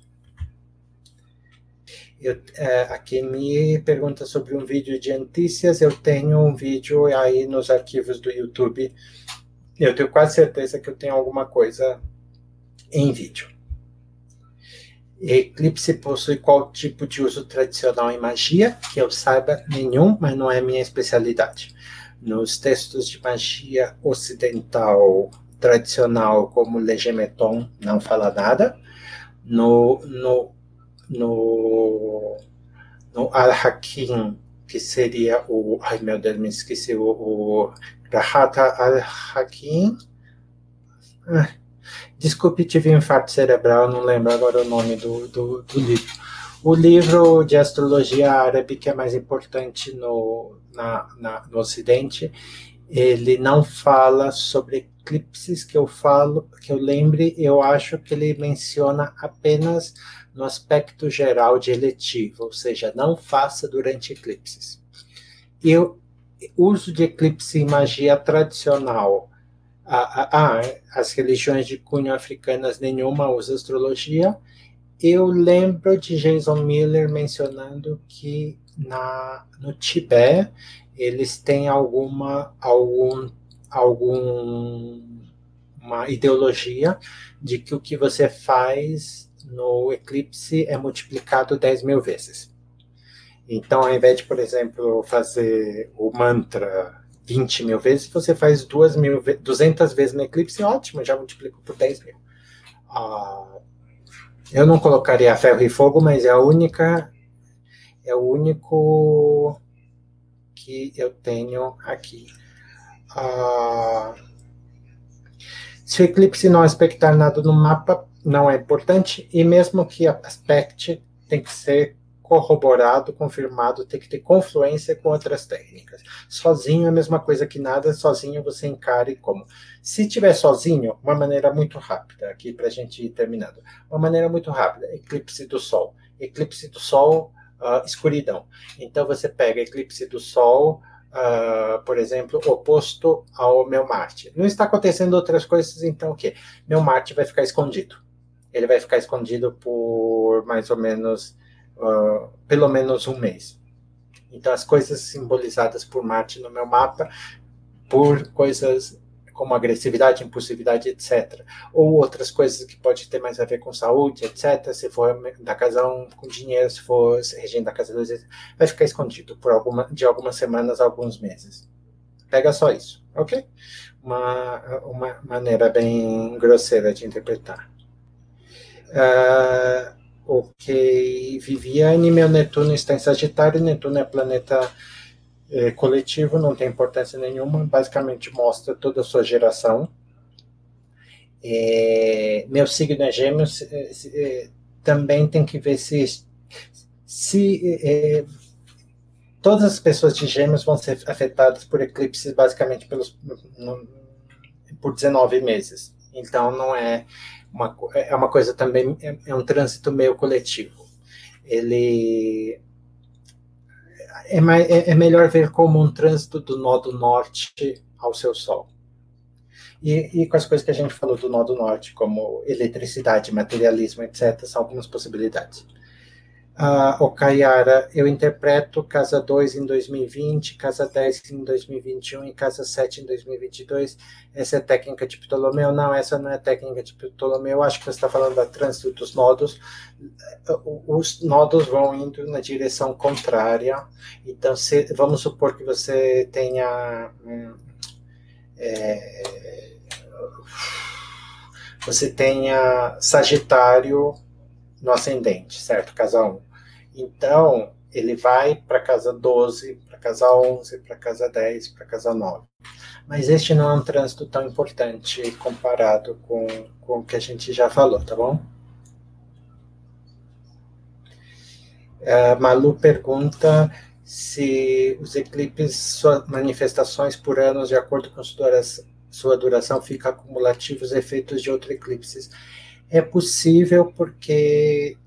Eu, é, aqui me pergunta sobre um vídeo de Antícias. Eu tenho um vídeo aí nos arquivos do YouTube. Eu tenho quase certeza que eu tenho alguma coisa em vídeo. Eclipse possui qual tipo de uso tradicional em magia? Que eu saiba, nenhum, mas não é minha especialidade. Nos textos de magia ocidental tradicional, como Legemeton, não fala nada. No, no, no, no Al-Hakim, que seria o... Ai, meu Deus, me esqueci. O, o Rahata Al-Hakim... Ah, desculpe, tive um infarto cerebral, não lembro agora o nome do, do, do livro. O livro de astrologia árabe, que é mais importante no, na, na, no Ocidente, ele não fala sobre eclipses, que eu falo, que eu lembre, eu acho que ele menciona apenas no aspecto geral de eletivo, ou seja, não faça durante eclipses. E o uso de eclipse em magia tradicional, ah, ah, as religiões de cunho africanas, nenhuma usa astrologia. Eu lembro de Jason Miller mencionando que na, no Tibete eles têm alguma, algum, algum, uma ideologia de que o que você faz no eclipse é multiplicado dez mil vezes. Então, ao invés de, por exemplo, fazer o mantra vinte mil vezes, você faz duas mil, duzentas vezes no eclipse, ótimo, já multiplico por dez mil. Ah, eu não colocaria ferro e fogo, mas é a única, é o único que eu tenho aqui. Ah, se o eclipse não aspectar nada no mapa, não é importante, e mesmo que aspecte, tem que ser corroborado, confirmado, tem que ter confluência com outras técnicas. Sozinho é a mesma coisa que nada, sozinho você encare como. Se tiver sozinho, uma maneira muito rápida, aqui para a gente ir terminando, uma maneira muito rápida, eclipse do Sol. Eclipse do Sol, uh, escuridão. Então você pega eclipse do Sol, uh, por exemplo, oposto ao meu Marte. Não está acontecendo outras coisas, então o quê? Meu Marte vai ficar escondido. Ele vai ficar escondido por mais ou menos Uh, pelo menos um mês. Então as coisas simbolizadas por Marte no meu mapa, por coisas como agressividade, impulsividade, etcétera. Ou outras coisas que pode ter mais a ver com saúde, etcétera. Se for da casa um, com dinheiro, se for regendo da casa dois, vai ficar escondido por alguma, de algumas semanas a alguns meses. Pega só isso, ok? Uma, uma maneira bem grosseira de interpretar. Uh, Ok, Viviane, meu Netuno está em Sagitário. Netuno é planeta é, coletivo, não tem importância nenhuma, basicamente mostra toda a sua geração. É, meu signo é Gêmeos, é, é, também tem que ver se, se é, todas as pessoas de Gêmeos vão ser afetadas por eclipses basicamente pelos, no, por dezenove meses. Então não é uma, é uma coisa também, é, é um trânsito meio coletivo. Ele é, mais, é, é melhor ver como um trânsito do nó do norte ao seu Sol. E, e com as coisas que a gente falou do nó do norte, como eletricidade, materialismo, etcétera, são algumas possibilidades. Uh, o Kayara, eu interpreto casa dois em dois mil e vinte, casa dez em dois mil e vinte e um e casa sete em dois mil e vinte e dois. Essa é técnica de Ptolomeu? Não, essa não é técnica de Ptolomeu. Acho que você está falando da trânsito dos nodos. Os nodos vão indo na direção contrária. Então, se, vamos supor que você tenha... Hum, é, você tenha Sagitário no ascendente, certo? Casa um. Então, ele vai para casa doze, para casa onze, para casa dez, para casa nove. Mas este não é um trânsito tão importante comparado com, com o que a gente já falou, tá bom? Uh, Malu pergunta se os eclipses, suas manifestações por anos, de acordo com sua duração, sua duração fica acumulativos efeitos de outros eclipses. É possível porque...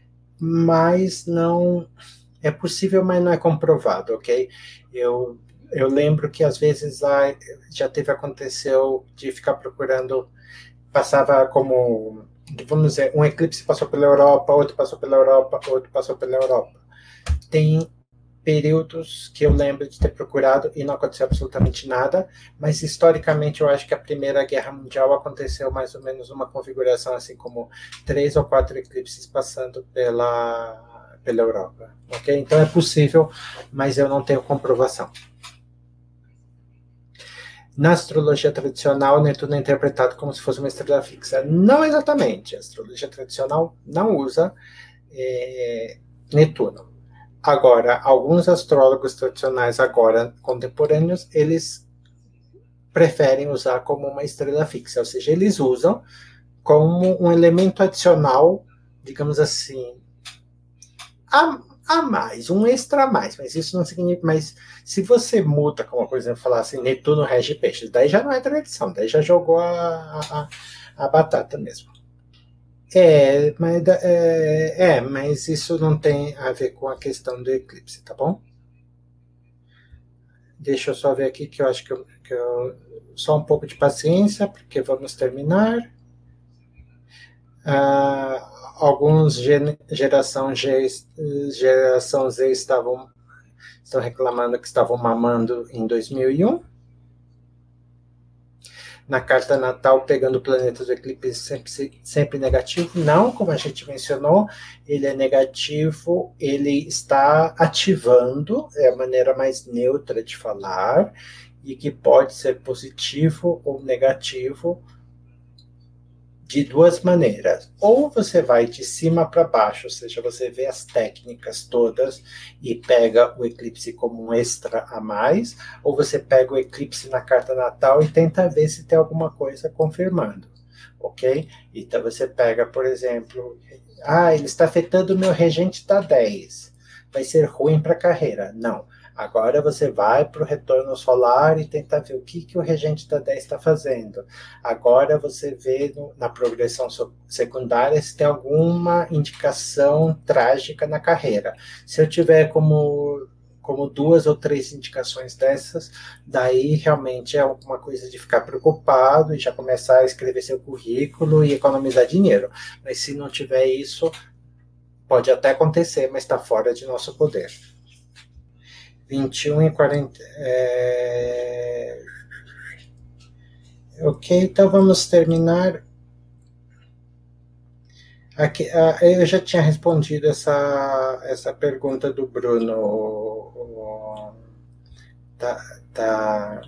mas não... É possível, mas não é comprovado, ok? Eu, eu lembro que às vezes ah, já teve, aconteceu de ficar procurando, passava como, vamos dizer, um eclipse passou pela Europa, outro passou pela Europa, outro passou pela Europa. Tem períodos que eu lembro de ter procurado e não aconteceu absolutamente nada, mas historicamente eu acho que a Primeira Guerra Mundial aconteceu mais ou menos uma configuração assim como três ou quatro eclipses passando pela, pela Europa, ok? Então é possível, mas eu não tenho comprovação. Na astrologia tradicional, Netuno é interpretado como se fosse uma estrela fixa. Não exatamente. A astrologia tradicional não usa é, Netuno. Agora, alguns astrólogos tradicionais agora contemporâneos, eles preferem usar como uma estrela fixa, ou seja, eles usam como um elemento adicional, digamos assim, a, a mais, um extra a mais, mas isso não significa, mas se você muda, como por exemplo, falar assim, Netuno rege peixes, daí já não é tradição, daí já jogou a, a, a batata mesmo. É mas, é, é, mas isso não tem a ver com a questão do eclipse, tá bom? Deixa eu só ver aqui que eu acho que eu, que eu só um pouco de paciência, porque vamos terminar. Ah, alguns geração G, geração Z estavam estão reclamando que estavam mamando em dois mil e um. Na carta natal, pegando o planeta do eclipse sempre, sempre negativo. Não, como a gente mencionou, ele é negativo, ele está ativando, é a maneira mais neutra de falar, e que pode ser positivo ou negativo de duas maneiras. Ou você vai de cima para baixo, ou seja, você vê as técnicas todas e pega o eclipse como um extra a mais, ou você pega o eclipse na carta natal e tenta ver se tem alguma coisa confirmando, ok? Então você pega, por exemplo, ah, ele está afetando o meu regente da dez, vai ser ruim para a carreira. Não. Agora você vai para o retorno solar e tenta ver o que, que o regente da dez está fazendo. Agora você vê no, na progressão secundária se tem alguma indicação trágica na carreira. Se eu tiver como, como duas ou três indicações dessas, daí realmente é uma coisa de ficar preocupado e já começar a escrever seu currículo e economizar dinheiro. Mas se não tiver isso, pode até acontecer, mas está fora de nosso poder. vinte e um e quarenta. É... Ok, então vamos terminar. Aqui, ah, eu já tinha respondido essa, essa pergunta do Bruno. Tá, tá.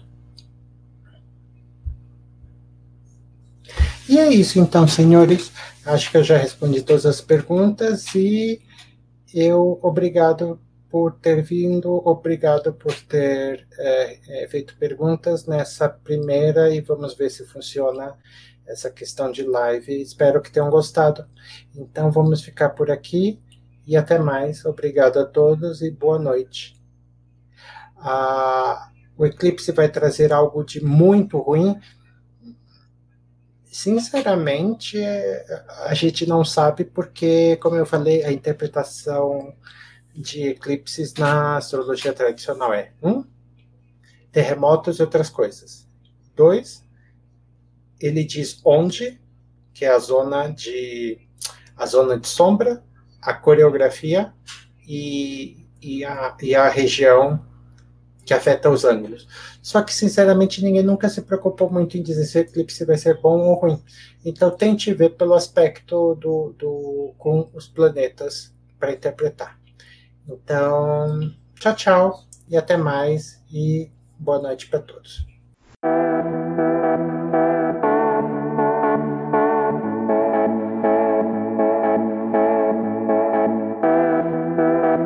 E é isso, então, senhores. Acho que eu já respondi todas as perguntas e eu, obrigado por ter vindo, obrigado por ter é, é, feito perguntas nessa primeira e vamos ver se funciona essa questão de live. Espero que tenham gostado. Então vamos ficar por aqui e até mais. Obrigado a todos e boa noite. Ah, o eclipse vai trazer algo de muito ruim? Sinceramente, a gente não sabe porque, como eu falei, a interpretação de eclipses na astrologia tradicional é um, terremotos e outras coisas. Dois, ele diz onde, que é a zona de a zona de sombra, a coreografia e, e, a, e a região que afeta os ângulos. Só que, sinceramente, ninguém nunca se preocupou muito em dizer se o eclipse vai ser bom ou ruim. Então, tente ver pelo aspecto do, do com os planetas para interpretar. Então, tchau, tchau, e até mais, e boa noite para todos.